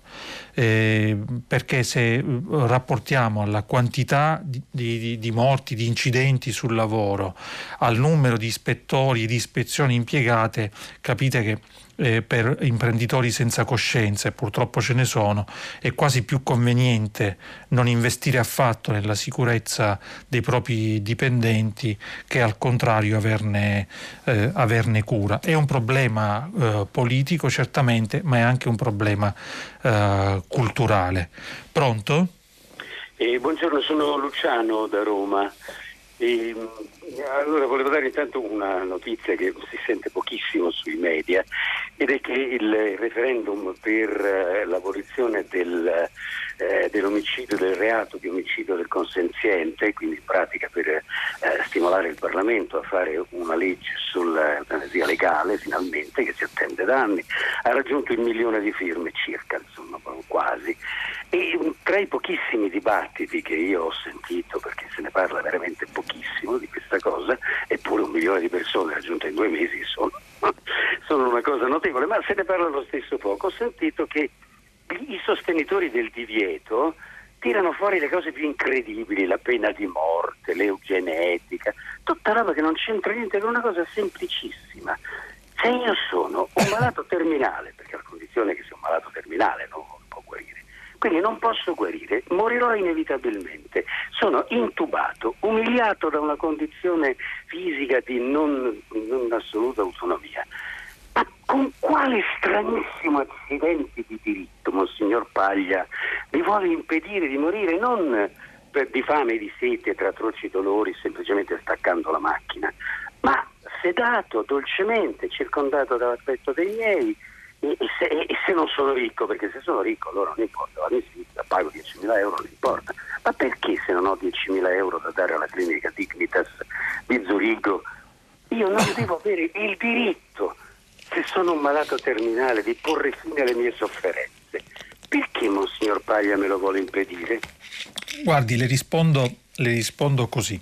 Eh, perché se eh, rapportiamo alla quantità di, di, di morti, di incidenti sul lavoro, al numero di ispettori e di ispezioni impiegate, capite che eh, per imprenditori senza coscienza, e purtroppo ce ne sono, è quasi più conveniente non investire affatto nella sicurezza dei propri dipendenti che al contrario averne, eh, averne cura. È un problema eh, politico certamente, ma è anche un problema eh, culturale. Pronto?
Eh, buongiorno, sono Luciano da Roma. E, allora volevo dare intanto una notizia che si sente pochissimo sui media, ed è che il referendum per eh, l'abolizione del, eh, dell'omicidio, del reato di omicidio del consenziente, quindi in pratica per eh, stimolare il Parlamento a fare una legge sull'eutanasia legale, finalmente, che si attende da anni, ha raggiunto il milione di firme circa, insomma quasi. E tra i pochissimi dibattiti che io ho sentito, perché se ne parla veramente pochissimo di questa cosa, eppure un milione di persone raggiunte in due mesi sono, sono una cosa notevole, ma se ne parla lo stesso poco. Ho sentito che i sostenitori del divieto tirano fuori le cose più incredibili, la pena di morte, l'eugenetica, tutta roba che non c'entra niente con una cosa semplicissima. Se io sono un malato terminale, perché la condizione è che sia un malato terminale, non può guarire, quindi non posso guarire, morirò inevitabilmente, sono intubato, umiliato da una condizione fisica di non, non assoluta autonomia. Ma con quale stranissimo accidente di diritto Monsignor Paglia mi vuole impedire di morire, non per di fame e di sete, tra atroci dolori, semplicemente staccando la macchina, ma sedato, dolcemente, circondato dall'aspetto dei miei, e, e, se, e se non sono ricco, perché se sono ricco allora non importa, vado in Svizzera, pago diecimila euro, non importa, ma perché se non ho diecimila euro da dare alla clinica Dignitas di Zurigo, io non devo avere il diritto, se sono un malato terminale, di porre fine alle mie sofferenze? Perché Monsignor Paglia me lo vuole impedire?
Guardi, le rispondo, le rispondo così.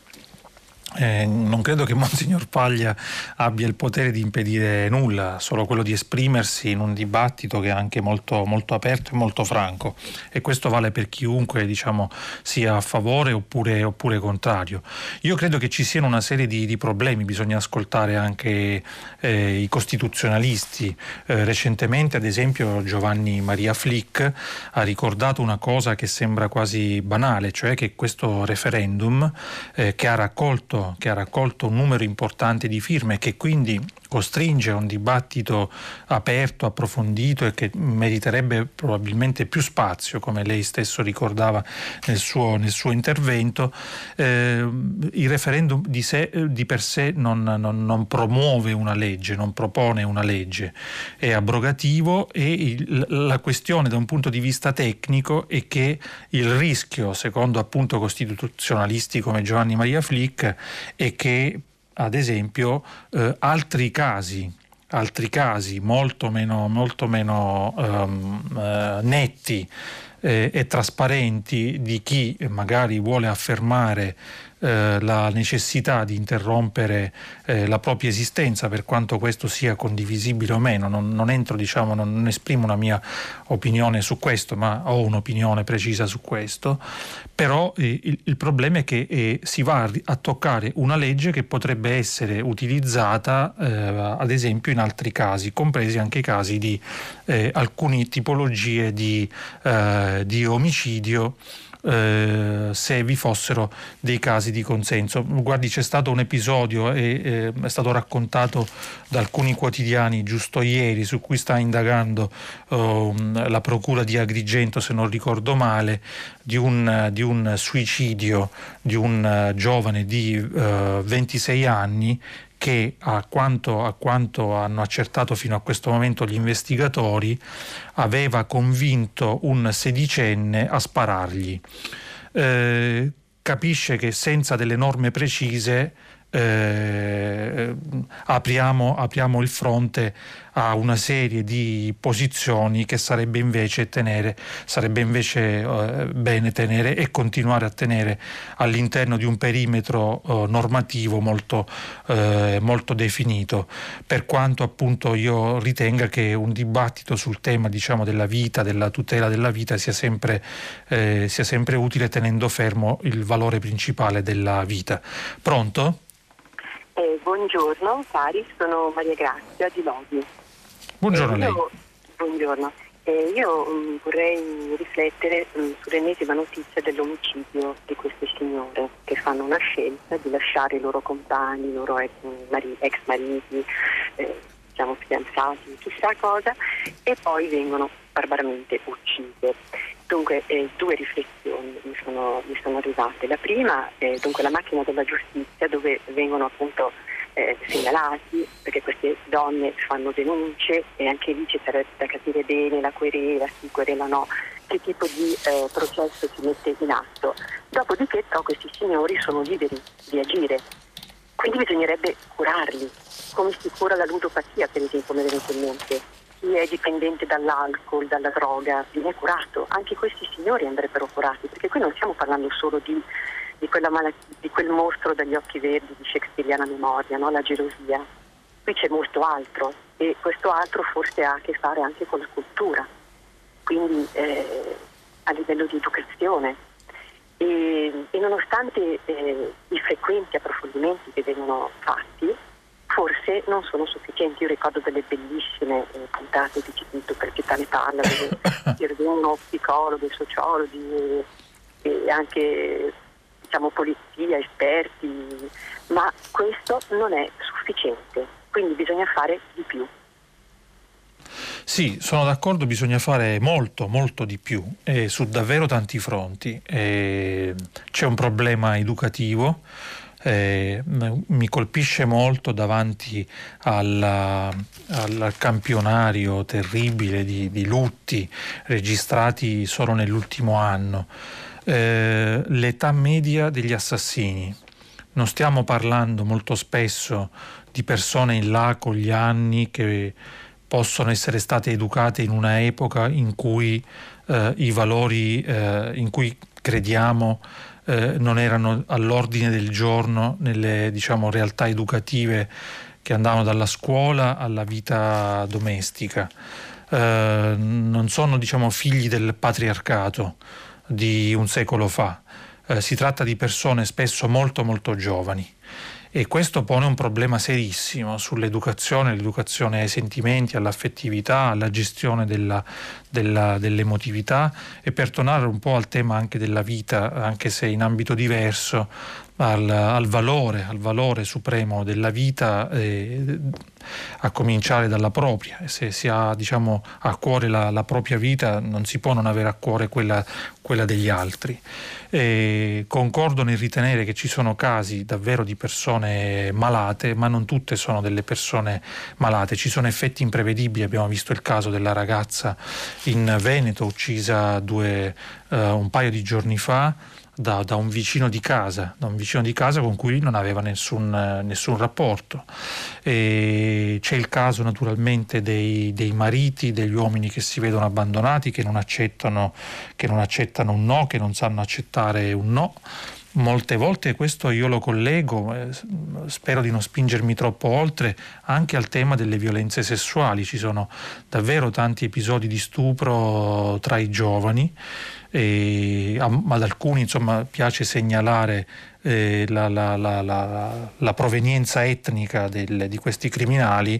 Eh, non credo che Monsignor Paglia abbia il potere di impedire nulla, solo quello di esprimersi in un dibattito che è anche molto, molto aperto e molto franco, e questo vale per chiunque, diciamo, sia a favore oppure, oppure contrario. Io credo che ci siano una serie di, di problemi, bisogna ascoltare anche eh, i costituzionalisti. Eh, recentemente, ad esempio, Giovanni Maria Flick ha ricordato una cosa che sembra quasi banale, cioè che questo referendum eh, che ha raccolto che ha raccolto un numero importante di firme, che quindi costringe a un dibattito aperto, approfondito e che meriterebbe probabilmente più spazio, come lei stesso ricordava nel suo, nel suo intervento. Eh, il referendum di, sé, di per sé non, non, non promuove una legge, non propone una legge, è abrogativo, e il, la questione da un punto di vista tecnico è che il rischio, secondo appunto costituzionalisti come Giovanni Maria Flick, è che ad esempio eh, altri casi altri casi molto meno, molto meno um, eh, netti eh, e trasparenti di chi magari vuole affermare eh, la necessità di interrompere eh, la propria esistenza, per quanto questo sia condivisibile o meno. Non, non entro, diciamo, non, non esprimo una mia opinione su questo, ma ho un'opinione precisa su questo. Però eh, il, il problema è che eh, si va a, a toccare una legge che potrebbe essere utilizzata eh, ad esempio in altri casi, compresi anche i casi di eh, alcune tipologie di, eh, di omicidio eh, se vi fossero dei casi di consenso. Guardi, c'è stato un episodio e eh, è stato raccontato da alcuni quotidiani giusto ieri, su cui sta indagando eh, la procura di Agrigento, se non ricordo male, di un, di un suicidio di un uh, giovane di uh, ventisei anni che, a quanto, a quanto hanno accertato fino a questo momento gli investigatori, aveva convinto un sedicenne a sparargli. Eh, capisce che senza delle norme precise eh, apriamo, apriamo il fronte a una serie di posizioni che sarebbe invece tenere, sarebbe invece eh, bene tenere e continuare a tenere all'interno di un perimetro eh, normativo molto, eh, molto definito, per quanto appunto io ritenga che un dibattito sul tema, diciamo, della vita, della tutela della vita sia sempre, eh, sia sempre utile, tenendo fermo il valore principale della vita. Pronto?
Eh, buongiorno, Pari, sono Maria Grazia di Lodi.
Buongiorno
eh,
a lei.
Io, buongiorno. Eh, io um, vorrei riflettere um, sull'ennesima notizia dell'omicidio di queste signore che fanno una scelta di lasciare i loro compagni, i loro ex, mari, ex mariti, eh, diciamo fidanzati, chissà cosa, e poi vengono barbaramente uccise. Dunque eh, due riflessioni mi sono, mi sono arrivate. La prima è dunque la macchina della giustizia, dove vengono appunto eh, segnalati, perché queste donne fanno denunce e anche lì ci sarebbe da capire bene la querela, sì, querela no, che tipo di eh, processo si mette in atto. Dopodiché però questi signori sono liberi di agire, quindi bisognerebbe curarli, come si cura la ludopatia, per esempio, mi è venuto in mente. Chi è dipendente dall'alcol, dalla droga, viene curato. Anche questi signori andrebbero curati, perché qui non stiamo parlando solo di, di, quella malattia, di quel mostro dagli occhi verdi di shakespeariana memoria, no? La gelosia. Qui c'è molto altro, e questo altro forse ha a che fare anche con la cultura, quindi eh, a livello di educazione. E, e nonostante eh, i frequenti approfondimenti che vengono fatti, forse non sono sufficienti. Io ricordo delle bellissime eh, puntate di Cipito per città ne parla, dove intervengono psicologi, sociologi e, e anche, diciamo, polizia, esperti, ma questo non è sufficiente, quindi bisogna fare di più.
Sì, sono d'accordo, bisogna fare molto, molto di più, eh, su davvero tanti fronti. Eh, c'è un problema educativo. Eh, mi colpisce molto davanti alla, al campionario terribile di, di lutti registrati solo nell'ultimo anno, eh, l'età media degli assassini. Non stiamo parlando molto spesso di persone in là con gli anni che possono essere state educate in una epoca in cui eh, i valori eh, in cui crediamo Eh, non erano all'ordine del giorno nelle, diciamo, realtà educative che andavano dalla scuola alla vita domestica. Eh, non sono, diciamo, figli del patriarcato di un secolo fa. Eh, si tratta di persone spesso molto molto giovani. E questo pone un problema serissimo sull'educazione, l'educazione ai sentimenti, all'affettività, alla gestione della, della, dell'emotività, e per tornare un po' al tema anche della vita, anche se in ambito diverso, al, al valore, al valore supremo della vita, eh, a cominciare dalla propria. E se si ha, diciamo, a cuore la, la propria vita, non si può non avere a cuore quella, quella degli altri. E concordo nel ritenere che ci sono casi davvero di persone malate, ma non tutte sono delle persone malate. Ci sono effetti imprevedibili. Abbiamo visto il caso della ragazza in Veneto uccisa due, uh, un paio di giorni fa da, da un vicino di casa, da un vicino di casa con cui non aveva nessun, nessun rapporto. E c'è il caso naturalmente dei, dei mariti, degli uomini che si vedono abbandonati, che non accettano, che non accettano un no, che non sanno accettare un no. Molte volte questo io lo collego, eh, spero di non spingermi troppo oltre, anche al tema delle violenze sessuali. Ci sono davvero tanti episodi di stupro tra i giovani, e ad alcuni insomma piace segnalare eh, la, la, la, la, la provenienza etnica del, di questi criminali,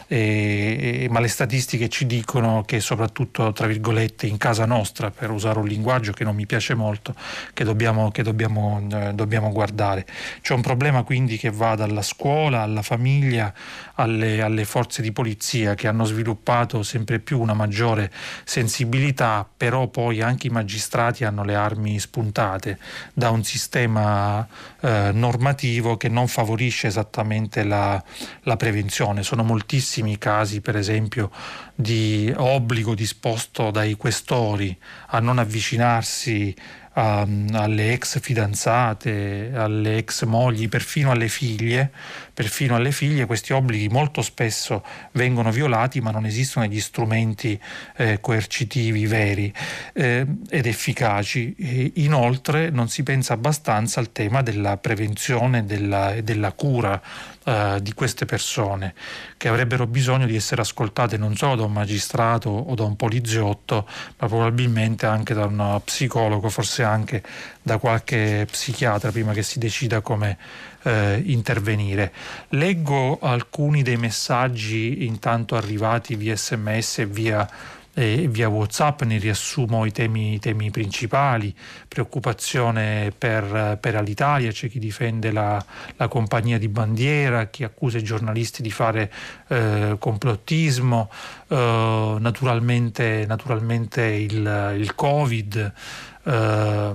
eh, eh, ma le statistiche ci dicono che soprattutto tra virgolette in casa nostra, per usare un linguaggio che non mi piace molto, che dobbiamo, che dobbiamo, eh, dobbiamo guardare. C'è un problema quindi che va dalla scuola alla famiglia alle, alle forze di polizia, che hanno sviluppato sempre più una maggiore sensibilità, però poi anche i magistrati hanno le armi spuntate da un sistema eh, normativo che non favorisce esattamente la, la prevenzione. Sono moltissimi i casi, per esempio, di obbligo disposto dai questori a non avvicinarsi Um, alle ex fidanzate, alle ex mogli, perfino alle figlie, perfino alle figlie. Questi obblighi molto spesso vengono violati, ma non esistono gli strumenti eh, coercitivi veri eh, ed efficaci. E inoltre non si pensa abbastanza al tema della prevenzione e della, della cura eh, di queste persone, che avrebbero bisogno di essere ascoltate non solo da un magistrato o da un poliziotto, ma probabilmente anche da uno psicologo, forse anche da qualche psichiatra, prima che si decida come eh, intervenire. Leggo alcuni dei messaggi intanto arrivati via sms e via e via WhatsApp, ne riassumo i temi, i temi principali. Preoccupazione per, per Alitalia, c'è chi difende la, la compagnia di bandiera, chi accusa i giornalisti di fare eh, complottismo, eh, naturalmente, naturalmente il, il Covid, eh,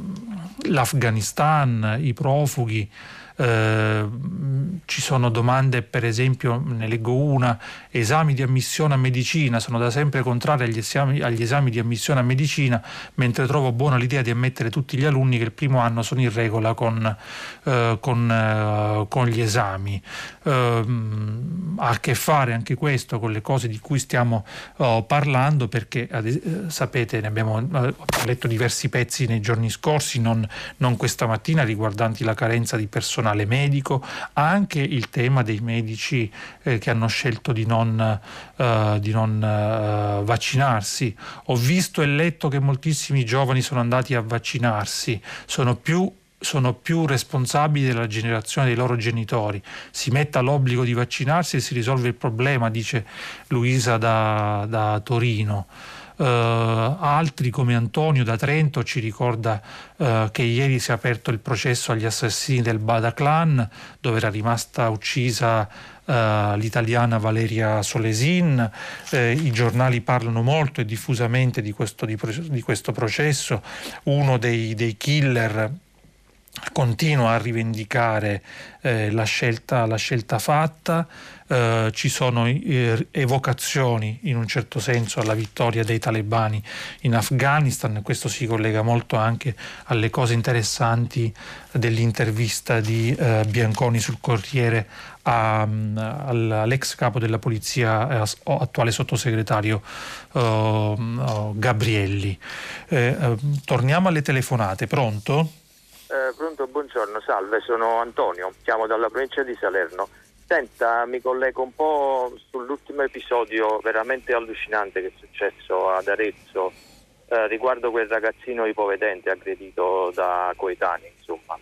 l'Afghanistan, i profughi. Eh, ci sono domande, per esempio, ne leggo una: esami di ammissione a medicina, sono da sempre contrario agli esami, agli esami di ammissione a medicina, mentre trovo buona l'idea di ammettere tutti gli alunni che il primo anno sono in regola con, eh, con, eh, con gli esami. Eh, ha a che fare anche questo con le cose di cui stiamo oh, parlando, perché eh, sapete, ne abbiamo eh, letto diversi pezzi nei giorni scorsi, non, non questa mattina, riguardanti la carenza di personale medico, anche il tema dei medici eh, che hanno scelto di non, eh, di non eh, vaccinarsi. Ho visto e letto che moltissimi giovani sono andati a vaccinarsi, sono più sono più responsabili della generazione dei loro genitori. Si metta l'obbligo di vaccinarsi e si risolve il problema, dice Luisa da, da Torino. Uh, altri, come Antonio da Trento, ci ricorda uh, che ieri si è aperto il processo agli assassini del Bataclan, dove era rimasta uccisa uh, l'italiana Valeria Solesin. Uh, i giornali parlano molto e diffusamente di questo, di, di questo processo. Uno dei, dei killer continua a rivendicare eh, la scelta, la scelta fatta. Eh, ci sono eh, evocazioni in un certo senso alla vittoria dei talebani in Afghanistan. Questo si collega molto anche alle cose interessanti dell'intervista di eh, Bianconi sul Corriere a, all'ex capo della polizia, eh, attuale sottosegretario eh, Gabrielli. Eh, eh, torniamo alle telefonate. Pronto?
Eh, pronto, buongiorno, salve, sono Antonio, chiamo dalla provincia di Salerno. Senta, mi collego un po' sull'ultimo episodio veramente allucinante che è successo ad Arezzo eh, riguardo quel ragazzino ipovedente aggredito da coetanei, insomma.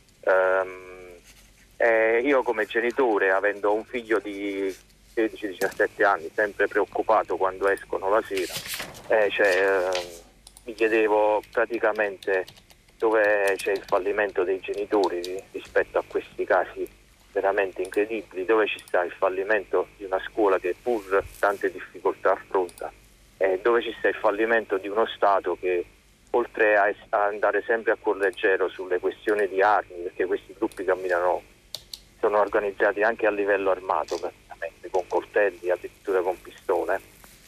Ehm, eh, io come genitore, avendo un figlio di sedici diciassette anni, sempre preoccupato quando escono la sera, eh, cioè, eh, mi chiedevo praticamente dove c'è il fallimento dei genitori rispetto a questi casi veramente incredibili, dove ci sta il fallimento di una scuola che pur tante difficoltà affronta, e dove ci sta il fallimento di uno Stato che, oltre a, a andare sempre a cuor leggero sulle questioni di armi, perché questi gruppi camminano, sono organizzati anche a livello armato praticamente, con coltelli, addirittura con pistole,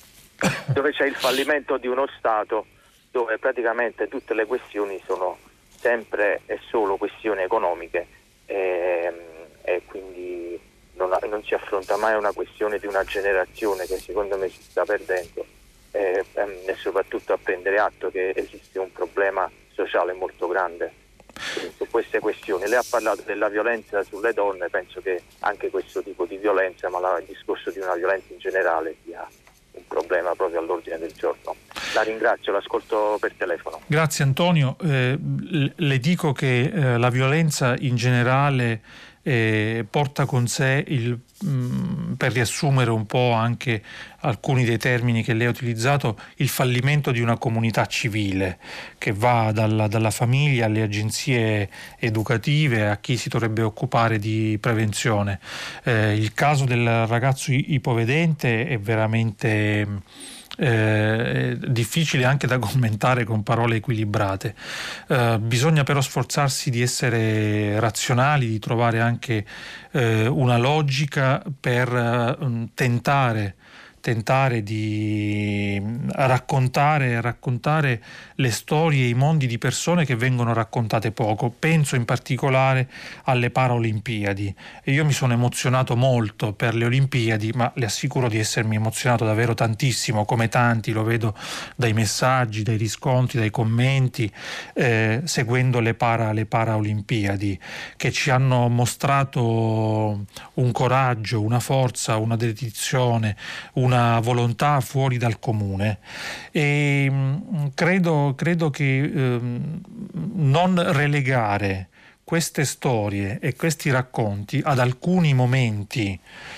dove c'è il fallimento di uno Stato dove praticamente tutte le questioni sono sempre e solo questioni economiche e, e quindi non, non si affronta mai una questione di una generazione che secondo me si sta perdendo e, e soprattutto a prendere atto che esiste un problema sociale molto grande su queste questioni. Lei ha parlato della violenza sulle donne, penso che anche questo tipo di violenza, ma la, il discorso di una violenza in generale sia un problema proprio all'ordine del giorno. La ringrazio, l'ascolto per telefono.
Grazie Antonio. Eh, le dico che eh, la violenza in generale eh, porta con sé, il, mh, per riassumere un po' anche alcuni dei termini che lei ha utilizzato, il fallimento di una comunità civile che va dalla, dalla famiglia alle agenzie educative, a chi si dovrebbe occupare di prevenzione. Eh, il caso del ragazzo ipovedente è veramente Eh, difficile anche da commentare con parole equilibrate. Eh, bisogna però sforzarsi di essere razionali, di trovare anche eh, una logica per eh, tentare tentare di raccontare, raccontare le storie e i mondi di persone che vengono raccontate poco. Penso in particolare alle Paralimpiadi e io mi sono emozionato molto per le Olimpiadi, ma le assicuro di essermi emozionato davvero tantissimo, come tanti, lo vedo dai messaggi, dai riscontri, dai commenti, eh, seguendo le, para, le Paralimpiadi, che ci hanno mostrato un coraggio, una forza, una dedizione, una una volontà fuori dal comune e mh, credo, credo che ehm, non relegare queste storie e questi racconti ad alcuni momenti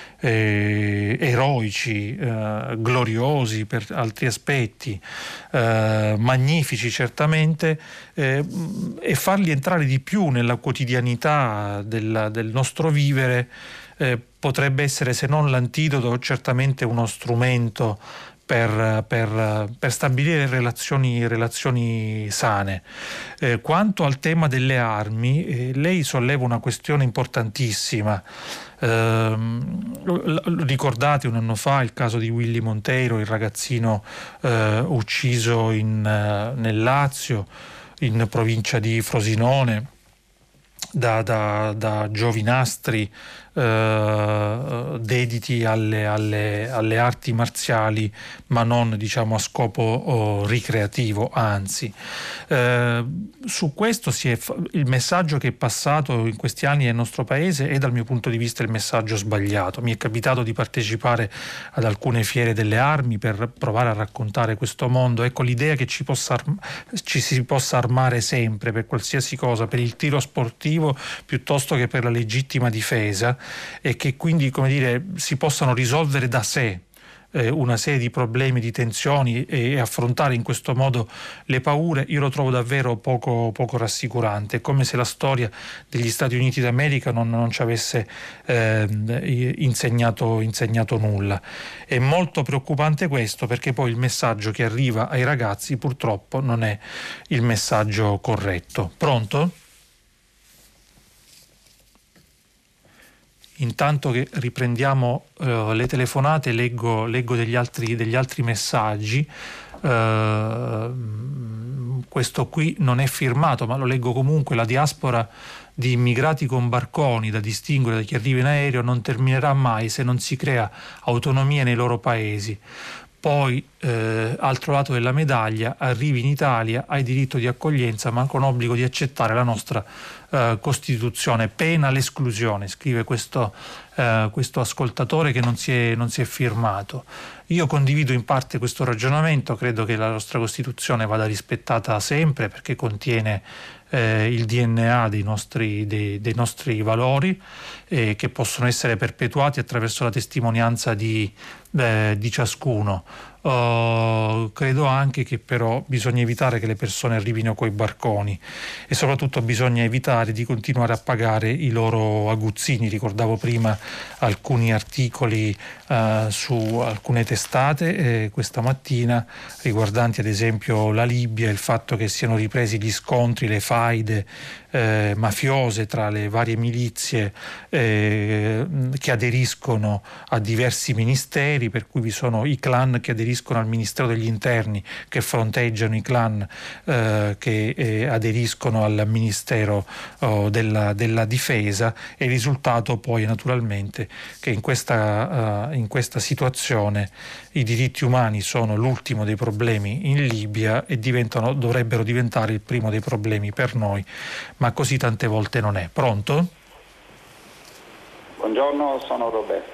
eh, eroici, eh, gloriosi per altri aspetti, eh, magnifici certamente, eh, e farli entrare di più nella quotidianità del, del nostro vivere, eh, potrebbe essere, se non l'antidoto, certamente uno strumento per, per, per stabilire relazioni, relazioni sane. Eh, quanto al tema delle armi, eh, lei solleva una questione importantissima. Eh, ricordate un anno fa il caso di Willy Monteiro, il ragazzino eh, ucciso in, uh, nel Lazio, in provincia di Frosinone, da, da, da giovinastri eh, dediti alle, alle, alle arti marziali, ma non, diciamo, a scopo oh, ricreativo, anzi. Eh, su questo si è, il messaggio che è passato in questi anni nel nostro paese è, dal mio punto di vista, il messaggio sbagliato. Mi è capitato di partecipare ad alcune fiere delle armi per provare a raccontare questo mondo. Ecco, l'idea che ci, possa, ci si possa armare sempre per qualsiasi cosa, per il tiro sportivo piuttosto che per la legittima difesa, e che quindi, come dire, si possano risolvere da sé eh, una serie di problemi, di tensioni, e, e affrontare in questo modo le paure, io lo trovo davvero poco, poco rassicurante. È come se la storia degli Stati Uniti d'America non, non ci avesse eh, insegnato, insegnato nulla. È molto preoccupante questo, perché poi il messaggio che arriva ai ragazzi purtroppo non è il messaggio corretto. Pronto? Intanto che riprendiamo uh, le telefonate, leggo, leggo degli altri, degli altri messaggi. Uh, questo qui non è firmato, ma lo leggo comunque. La diaspora di immigrati con barconi da distinguere da chi arriva in aereo non terminerà mai se non si crea autonomia nei loro paesi. Poi, eh, altro lato della medaglia, arrivi in Italia, hai diritto di accoglienza, ma con obbligo di accettare la nostra eh, Costituzione, pena l'esclusione, scrive questo, eh, questo ascoltatore che non si, è, non si è firmato. Io condivido in parte questo ragionamento, credo che la nostra Costituzione vada rispettata sempre, perché contiene eh, il D N A dei nostri, dei, dei nostri valori, eh, che possono essere perpetuati attraverso la testimonianza di Eh, di ciascuno. Uh, credo anche che però bisogna evitare che le persone arrivino coi barconi, e soprattutto bisogna evitare di continuare a pagare i loro aguzzini. Ricordavo prima alcuni articoli uh, su alcune testate eh, questa mattina, riguardanti ad esempio la Libia, il fatto che siano ripresi gli scontri, le faide eh, mafiose tra le varie milizie eh, che aderiscono a diversi ministeri, per cui vi sono i clan che aderiscono al Ministero degli Interni, che fronteggiano i clan eh, che eh, aderiscono al Ministero oh, della, della Difesa, e il risultato poi è naturalmente che in questa, uh, in questa situazione i diritti umani sono l'ultimo dei problemi in Libia e diventano, dovrebbero diventare il primo dei problemi per noi, ma così tante volte non è. Pronto?
Buongiorno, sono Roberto.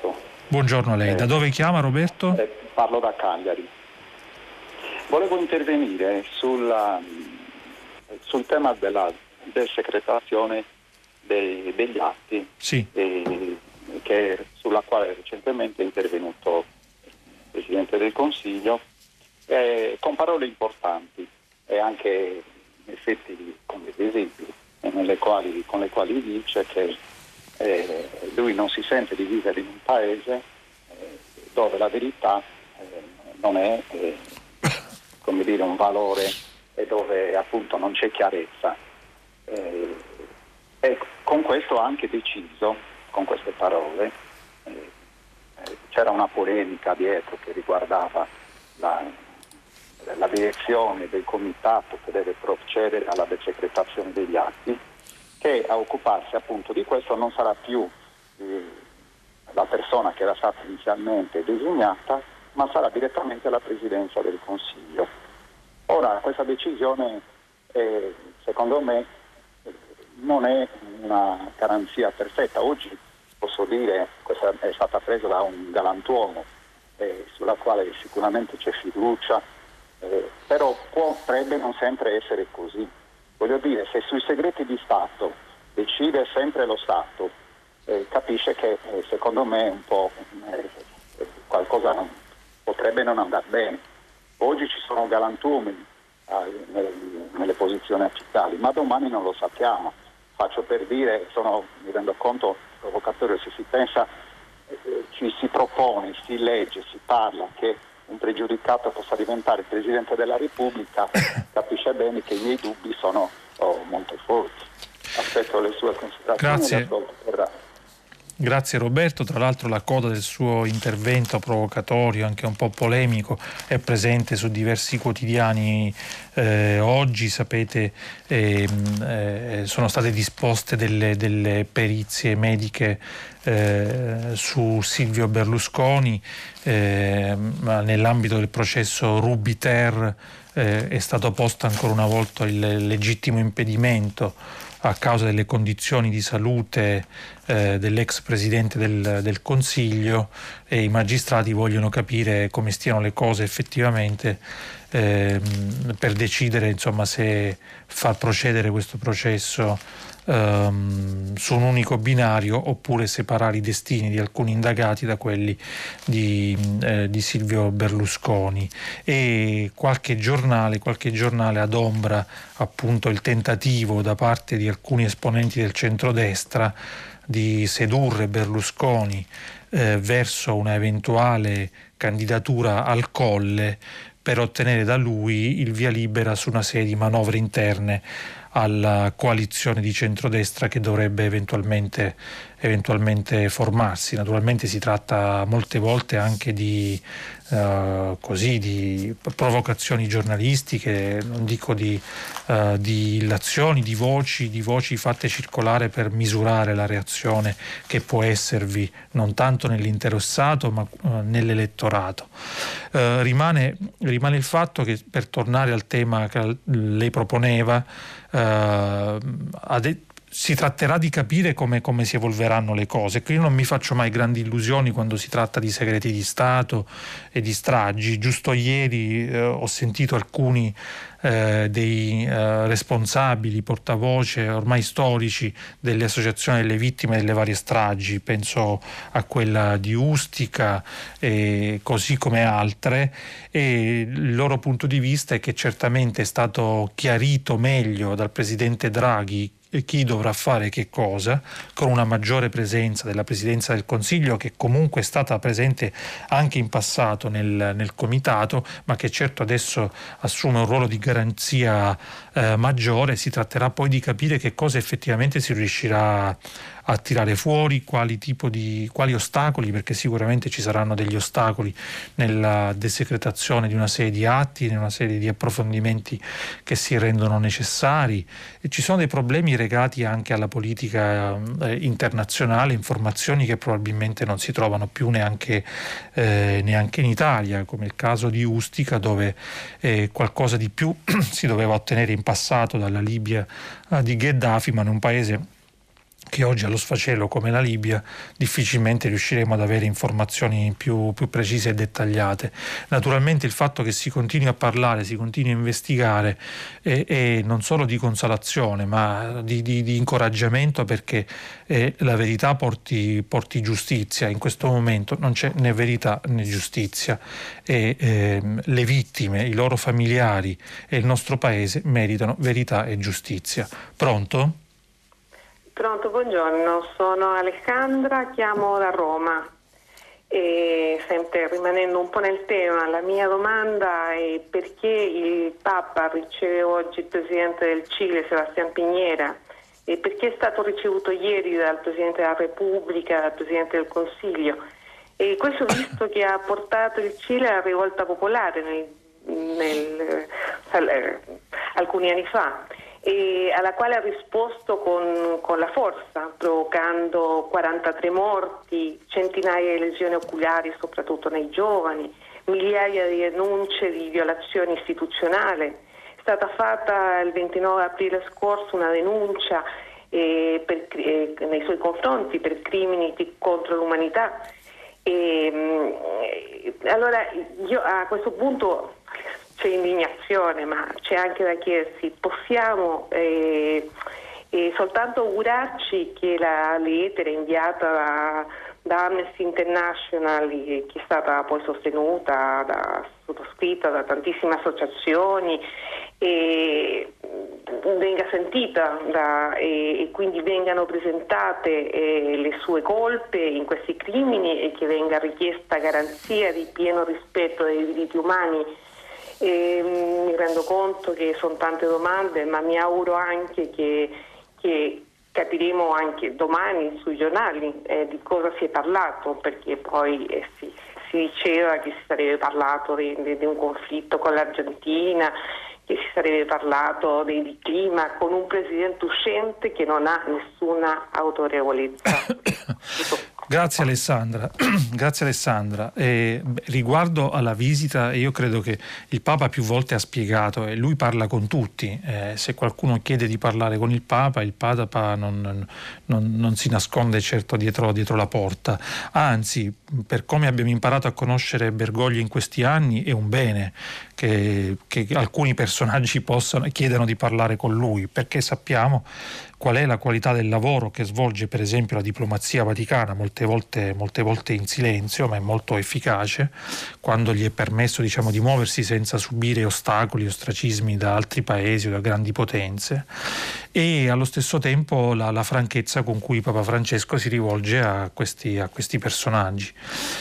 Buongiorno a lei. Da dove chiama, Roberto?
Eh, parlo da Cagliari. Volevo intervenire sulla, sul tema della desecretazione dei, degli atti,
sì.
eh, che, sulla quale recentemente è intervenuto il Presidente del Consiglio, eh, con parole importanti e anche effetti condivisibili, nelle quali, con le quali dice che eh, lui non si sente di vivere in un paese eh, dove la verità eh, non è eh, come dire un valore e dove appunto non c'è chiarezza. Eh, e con questo ha anche deciso, con queste parole, eh, eh, c'era una polemica dietro che riguardava la, la direzione del comitato che deve procedere alla desecretazione degli atti, che a occuparsi appunto di questo non sarà più eh, la persona che era stata inizialmente designata, ma sarà direttamente la Presidenza del Consiglio. Ora, questa decisione, eh, secondo me, eh, non è una garanzia perfetta. Oggi, posso dire, questa è stata presa da un galantuomo, eh, sulla quale sicuramente c'è fiducia, eh, però potrebbe non sempre essere così. Voglio dire, se sui segreti di Stato decide sempre lo Stato, eh, capisce che, eh, secondo me, un po' eh, qualcosa non potrebbe non andare bene. Oggi ci sono galantuomini eh, nelle, nelle posizioni apicali, ma domani non lo sappiamo. Faccio per dire, sono, mi rendo conto, provocatorio, se si pensa, eh, ci si propone, si legge, si parla che un pregiudicato possa diventare Presidente della Repubblica, capisce bene che i miei dubbi sono oh, molto forti. Aspetto le sue considerazioni.
Grazie. Grazie Roberto, tra l'altro la coda del suo intervento provocatorio, anche un po' polemico, è presente su diversi quotidiani eh, oggi. Sapete, eh, eh, sono state disposte delle, delle perizie mediche eh, su Silvio Berlusconi, eh, nell'ambito del processo Ruby-Ter eh, è stato posto ancora una volta il legittimo impedimento a causa delle condizioni di salute eh, dell'ex Presidente del, del Consiglio, e i magistrati vogliono capire come stiano le cose effettivamente eh, per decidere insomma se far procedere questo processo ehm, su un unico binario oppure separare i destini di alcuni indagati da quelli di, eh, di Silvio Berlusconi. E qualche giornale, qualche giornale adombra appunto il tentativo da parte di alcuni esponenti del centrodestra di sedurre Berlusconi eh, verso una eventuale candidatura al Colle per ottenere da lui il via libera su una serie di manovre interne alla coalizione di centrodestra che dovrebbe eventualmente, eventualmente formarsi. Naturalmente si tratta molte volte anche di, uh, così, di provocazioni giornalistiche, non dico di, uh, di illazioni, di voci, di voci fatte circolare per misurare la reazione che può esservi non tanto nell'interessato ma uh, nell'elettorato. Uh, rimane, rimane il fatto che, per tornare al tema che lei proponeva, Uh, ade- si tratterà di capire come, come si evolveranno le cose. Io non mi faccio mai grandi illusioni quando si tratta di segreti di Stato e di stragi. Giusto ieri eh, ho sentito alcuni eh, dei eh, responsabili, portavoce ormai storici delle associazioni delle vittime delle varie stragi, penso a quella di Ustica e così come altre, e il loro punto di vista è che certamente è stato chiarito meglio dal Presidente Draghi chi dovrà fare che cosa, con una maggiore presenza della Presidenza del Consiglio, che comunque è stata presente anche in passato nel, nel comitato, ma che certo adesso assume un ruolo di garanzia eh, maggiore. Si tratterà poi di capire che cosa effettivamente si riuscirà a tirare fuori, quali tipo di quali ostacoli, perché sicuramente ci saranno degli ostacoli nella desecretazione di una serie di atti, in una serie di approfondimenti che si rendono necessari, e ci sono dei problemi legati anche alla politica eh, internazionale, informazioni che probabilmente non si trovano più neanche, eh, neanche in Italia, come il caso di Ustica, dove eh, qualcosa di più si doveva ottenere in passato dalla Libia eh, di Gheddafi, ma in un paese che oggi allo sfacelo come la Libia difficilmente riusciremo ad avere informazioni più, più precise e dettagliate. Naturalmente il fatto che si continui a parlare, si continui a investigare è, è non solo di consolazione ma di, di, di incoraggiamento, perché eh, la verità porti, porti giustizia. In questo momento non c'è né verità né giustizia e eh, le vittime, i loro familiari e il nostro paese meritano verità e giustizia. Pronto?
Pronto, buongiorno, sono Alessandra, chiamo da Roma e sempre rimanendo un po' nel tema, la mia domanda è perché il Papa riceve oggi il Presidente del Cile, Sebastián Piñera, e perché è stato ricevuto ieri dal Presidente della Repubblica, dal Presidente del Consiglio, e questo visto che ha portato il Cile alla rivolta popolare nel, nel, eh, alcuni anni fa, e alla quale ha risposto con, con la forza, provocando quarantatré morti, centinaia di lesioni oculari soprattutto nei giovani, migliaia di denunce di violazione istituzionale. È stata fatta il ventinove aprile scorso una denuncia eh, per, eh, nei suoi confronti per crimini di, contro l'umanità. E, mh, allora io a questo punto c'è indignazione, ma c'è anche da chiedersi, possiamo eh, eh, soltanto augurarci che la lettera inviata da, da Amnesty International, che è stata poi sostenuta, da, sottoscritta da tantissime associazioni, eh, venga sentita da, eh, e quindi vengano presentate eh, le sue colpe in questi crimini e che venga richiesta garanzia di pieno rispetto dei diritti umani. E mi rendo conto che sono tante domande, ma mi auguro anche che, che capiremo anche domani sui giornali eh, di cosa si è parlato, perché poi eh, si, si diceva che si sarebbe parlato di, di, di un conflitto con l'Argentina, che si sarebbe parlato di, di clima, con un presidente uscente che non ha nessuna autorevolezza.
Grazie Alessandra, grazie Alessandra. E, riguardo alla visita, io credo che il Papa più volte ha spiegato, e lui parla con tutti, eh, se qualcuno chiede di parlare con il Papa, il Papa non, non, non si nasconde certo dietro, dietro la porta, anzi, per come abbiamo imparato a conoscere Bergoglio in questi anni, è un bene che, che alcuni personaggi possano chiedano di parlare con lui, perché sappiamo qual è la qualità del lavoro che svolge per esempio la diplomazia vaticana, molte volte, molte volte in silenzio, ma è molto efficace quando gli è permesso, diciamo, di muoversi senza subire ostacoli, ostracismi da altri paesi o da grandi potenze, e allo stesso tempo la, la franchezza con cui Papa Francesco si rivolge a questi, a questi personaggi.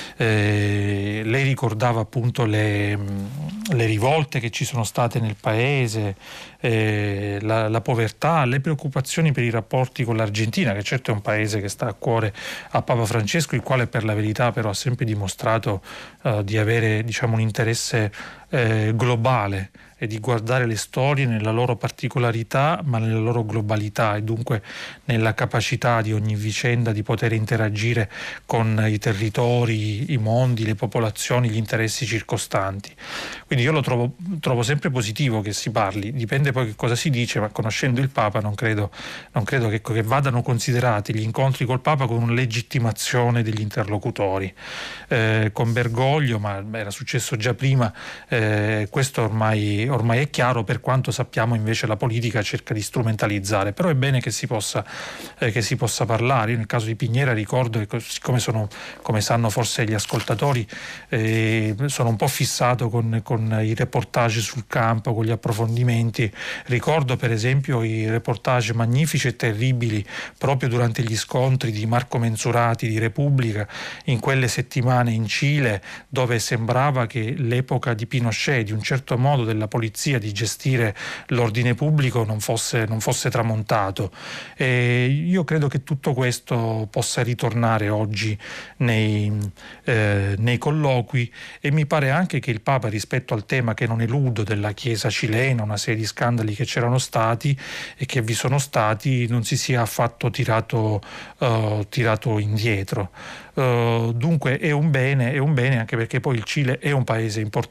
Eh, lei ricordava appunto le, le rivolte che ci sono state nel paese, eh, la, la povertà, le preoccupazioni per i rapporti con l'Argentina, che certo è un paese che sta a cuore a Papa Francesco, il quale per la verità però ha sempre dimostrato uh, di avere, diciamo, un interesse eh, globale e di guardare le storie nella loro particolarità ma nella loro globalità, e dunque nella capacità di ogni vicenda di poter interagire con i territori, i mondi, le popolazioni, gli interessi circostanti. Quindi io lo trovo, trovo sempre positivo che si parli, dipende poi che cosa si dice, ma conoscendo il Papa non credo, non credo che, che vadano considerati gli incontri col Papa con una legittimazione degli interlocutori. Eh, con Bergoglio, ma era successo già prima, eh, questo ormai ormai è chiaro, per quanto sappiamo invece la politica cerca di strumentalizzare, però è bene che si possa, eh, che si possa parlare. Io nel caso di Piñera ricordo che, siccome sono, come sanno forse gli ascoltatori, eh, sono un po' fissato con, con i reportage sul campo, con gli approfondimenti. Ricordo per esempio i reportage magnifici e terribili proprio durante gli scontri di Marco Mensurati di Repubblica in quelle settimane in Cile, dove sembrava che l'epoca di Pinochet, di un certo modo della polizia di gestire l'ordine pubblico, non fosse, non fosse tramontato. E io credo che tutto questo possa ritornare oggi nei, eh, nei colloqui, e mi pare anche che il Papa, rispetto al tema che non eludo della Chiesa cilena, una serie di scandali che c'erano stati e che vi sono stati, non si sia affatto tirato, uh, tirato indietro. Uh, dunque è un bene, è un bene anche perché poi il Cile è un paese importante, importante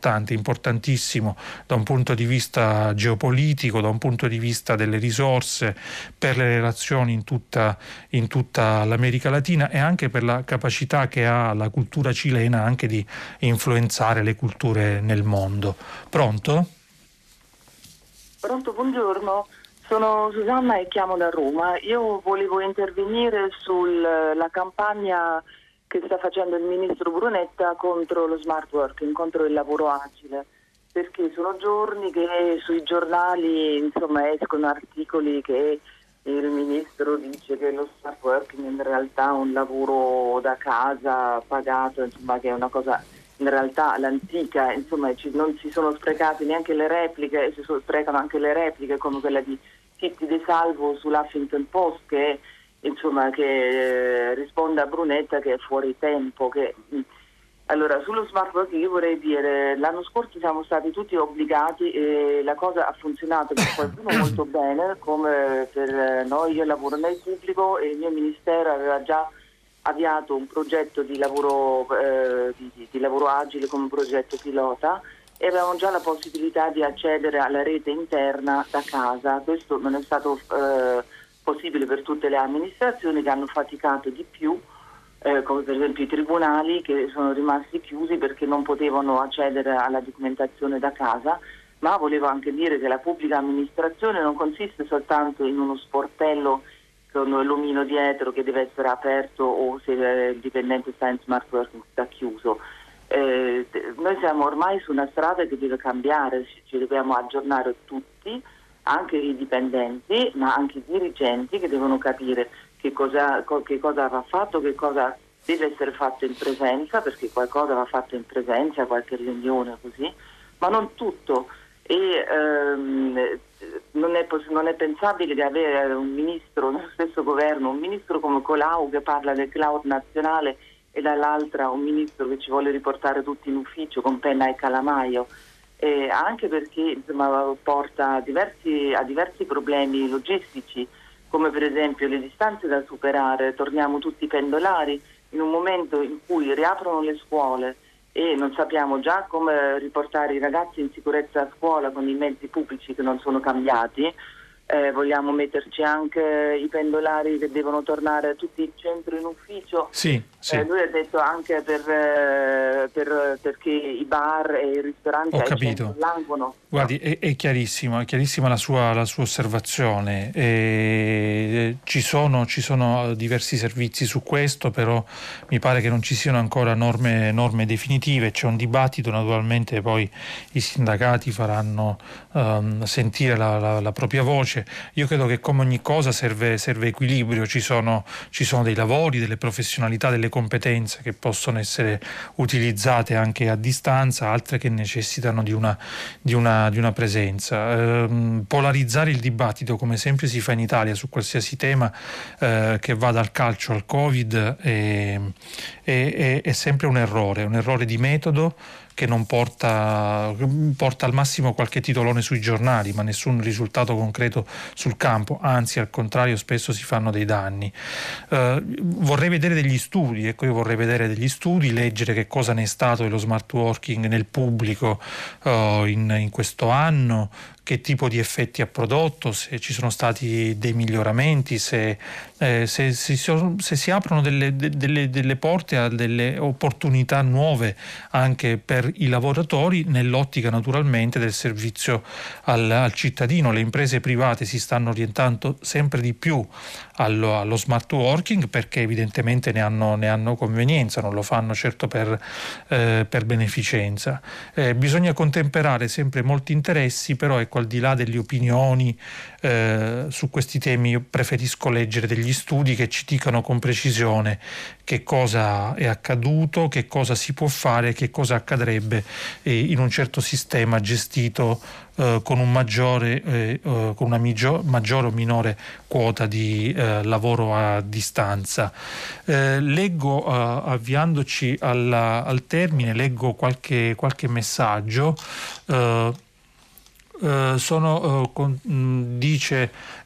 importantissimo da un punto di vista geopolitico, da un punto di vista delle risorse, per le relazioni in tutta, in tutta l'America Latina e anche per la capacità che ha la cultura cilena anche di influenzare le culture nel mondo. Pronto?
Pronto, buongiorno. Sono Susanna e chiamo da Roma. Io volevo intervenire sulla campagna che sta facendo il ministro Brunetta contro lo smart working, contro il lavoro agile, perché sono giorni che sui giornali insomma escono articoli che il ministro dice che lo smart working in realtà è un lavoro da casa pagato, insomma che è una cosa in realtà l'antica, insomma ci, non si sono sprecate neanche le repliche e si sono, sprecano anche le repliche come quella di Titti De Salvo sull'Huffington Post che insomma che eh, risponde a Brunetta che è fuori tempo. Che, mh. Allora sullo smart working io vorrei dire l'anno scorso siamo stati tutti obbligati e la cosa ha funzionato per qualcuno molto bene, come per noi. Io lavoro nel pubblico e il mio ministero aveva già avviato un progetto di lavoro, eh, di, di lavoro agile come progetto pilota e avevamo già la possibilità di accedere alla rete interna da casa. Questo non è stato eh, possibile per tutte le amministrazioni che hanno faticato di più, eh, come per esempio i tribunali che sono rimasti chiusi perché non potevano accedere alla documentazione da casa, ma volevo anche dire che la pubblica amministrazione non consiste soltanto in uno sportello con l'omino dietro che deve essere aperto o se il dipendente sta in smart working sta chiuso. Eh, noi siamo ormai su una strada che deve cambiare, ci, ci dobbiamo aggiornare tutti, anche i dipendenti ma anche i dirigenti che devono capire che cosa, che cosa va fatto, che cosa deve essere fatto in presenza, perché qualcosa va fatto in presenza, qualche riunione così, ma non tutto. E ehm, non, è poss- non è pensabile di avere un ministro nello stesso governo, un ministro come Colau che parla del cloud nazionale e dall'altra un ministro che ci vuole riportare tutti in ufficio con penna e calamaio, eh, anche perché insomma, porta a diversi, a diversi problemi logistici, come per esempio le distanze da superare. Torniamo tutti pendolari in un momento in cui riaprono le scuole e non sappiamo già come riportare i ragazzi in sicurezza a scuola con i mezzi pubblici che non sono cambiati. Eh, vogliamo metterci anche i pendolari che devono tornare tutti in centro in ufficio.
Sì, sì.
Eh, lui ha detto anche per, eh, per, perché i bar e i ristoranti
Ho capito.
languono.
Guardi, è, è chiarissimo, è chiarissima la sua, la sua osservazione. E ci sono, ci sono diversi servizi su questo, però mi pare che non ci siano ancora norme, norme definitive. C'è un dibattito, naturalmente poi i sindacati faranno um, sentire la, la, la propria voce. Io credo che come ogni cosa serve, serve equilibrio, ci sono, ci sono dei lavori, delle professionalità, delle competenze che possono essere utilizzate anche a distanza, altre che necessitano di una, di una, di una presenza. Eh, polarizzare il dibattito come sempre si fa in Italia su qualsiasi tema, eh, che va dal calcio al Covid, è, è, è sempre un errore, un errore di metodo che non porta, porta al massimo qualche titolone sui giornali, ma nessun risultato concreto sul campo, anzi al contrario spesso si fanno dei danni. Eh, vorrei vedere degli studi, ecco io vorrei vedere degli studi, leggere che cosa ne è stato dello smart working nel pubblico eh, in, in questo anno, che tipo di effetti ha prodotto, se ci sono stati dei miglioramenti, se, eh, se, se, se si aprono delle, delle, delle porte a delle opportunità nuove anche per i lavoratori, nell'ottica naturalmente del servizio al, al cittadino. Le imprese private si stanno orientando sempre di più allo, allo smart working perché evidentemente ne hanno, ne hanno convenienza, non lo fanno certo per, eh, per beneficenza. Eh, bisogna contemperare sempre molti interessi, però ecco, al di là delle opinioni eh, su questi temi io preferisco leggere degli studi che ci dicano con precisione che cosa è accaduto, che cosa si può fare, che cosa accadrebbe eh, in un certo sistema gestito eh, con un maggiore eh, con una migio- maggiore o minore quota di eh, lavoro a distanza. Eh, leggo, eh, avviandoci alla, al termine, leggo qualche, qualche messaggio. Eh, Uh, sono, uh, con, mh, dice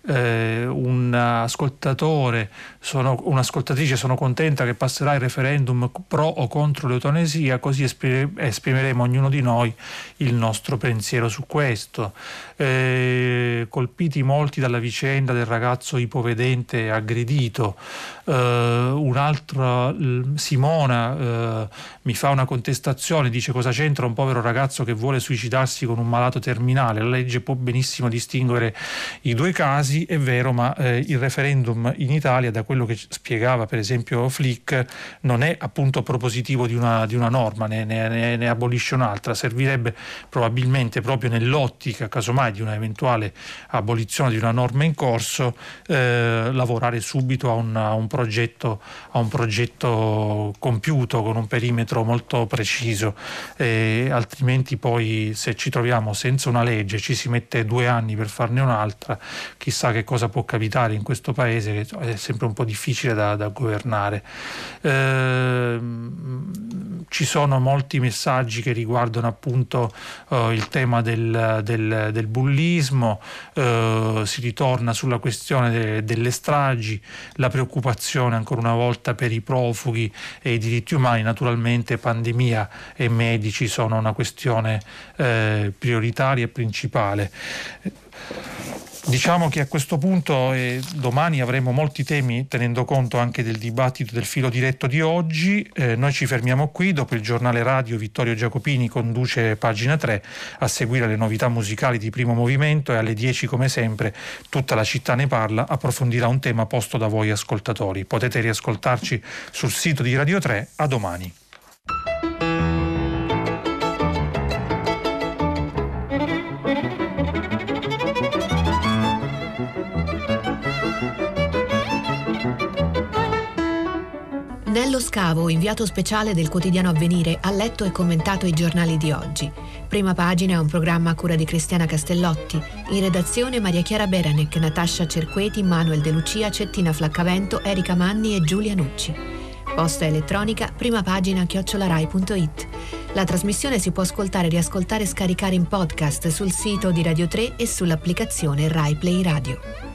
eh, un ascoltatore, sono, un'ascoltatrice, sono contenta che passerà il referendum pro o contro l'eutanasia, così esprimeremo ognuno di noi il nostro pensiero su questo. Eh, colpiti molti dalla vicenda del ragazzo ipovedente aggredito, eh, un'altra, Simona, eh, mi fa una contestazione, dice: cosa c'entra un povero ragazzo che vuole suicidarsi con un malato terminale? La legge può benissimo distinguere i due casi. È vero, ma eh, il referendum in Italia, da quello che spiegava per esempio Flick, non è appunto propositivo di una, di una norma, ne, ne, ne abolisce un'altra. Servirebbe probabilmente proprio nell'ottica, casomai, di una eventuale abolizione di una norma in corso, eh, lavorare subito a un, a un progetto a un progetto compiuto, con un perimetro molto preciso, eh, altrimenti poi, se ci troviamo senza una legge, ci si mette due anni per farne un'altra, chissà che cosa può capitare in questo paese, che è sempre un po' difficile da, da governare. Eh, ci sono molti messaggi che riguardano appunto eh, il tema del, del, del bullismo, eh, si ritorna sulla questione de, delle stragi, la preoccupazione ancora una volta per i profughi e i diritti umani. Naturalmente pandemia e medici sono una questione eh, prioritaria e principale. Diciamo che a questo punto eh, domani avremo molti temi, tenendo conto anche del dibattito del filo diretto di oggi. Eh, noi ci fermiamo qui. Dopo il giornale radio, Vittorio Giacopini conduce Pagina tre, a seguire le novità musicali di Primo Movimento, e alle dieci, come sempre, Tutta la città ne parla approfondirà un tema posto da voi ascoltatori. Potete riascoltarci sul sito di Radio tre. A domani.
Nello Scavo, inviato speciale del quotidiano Avvenire, ha letto e commentato i giornali di oggi. Prima Pagina è un programma a cura di Cristiana Castellotti. In redazione Maria Chiara Beranec, Natascia Cerqueti, Manuel De Lucia, Cettina Flaccavento, Erika Manni e Giulia Nucci. Posta elettronica primapagina chiocciola rai punto it. La trasmissione si può ascoltare, riascoltare e scaricare in podcast sul sito di Radio tre e sull'applicazione Rai Play Radio.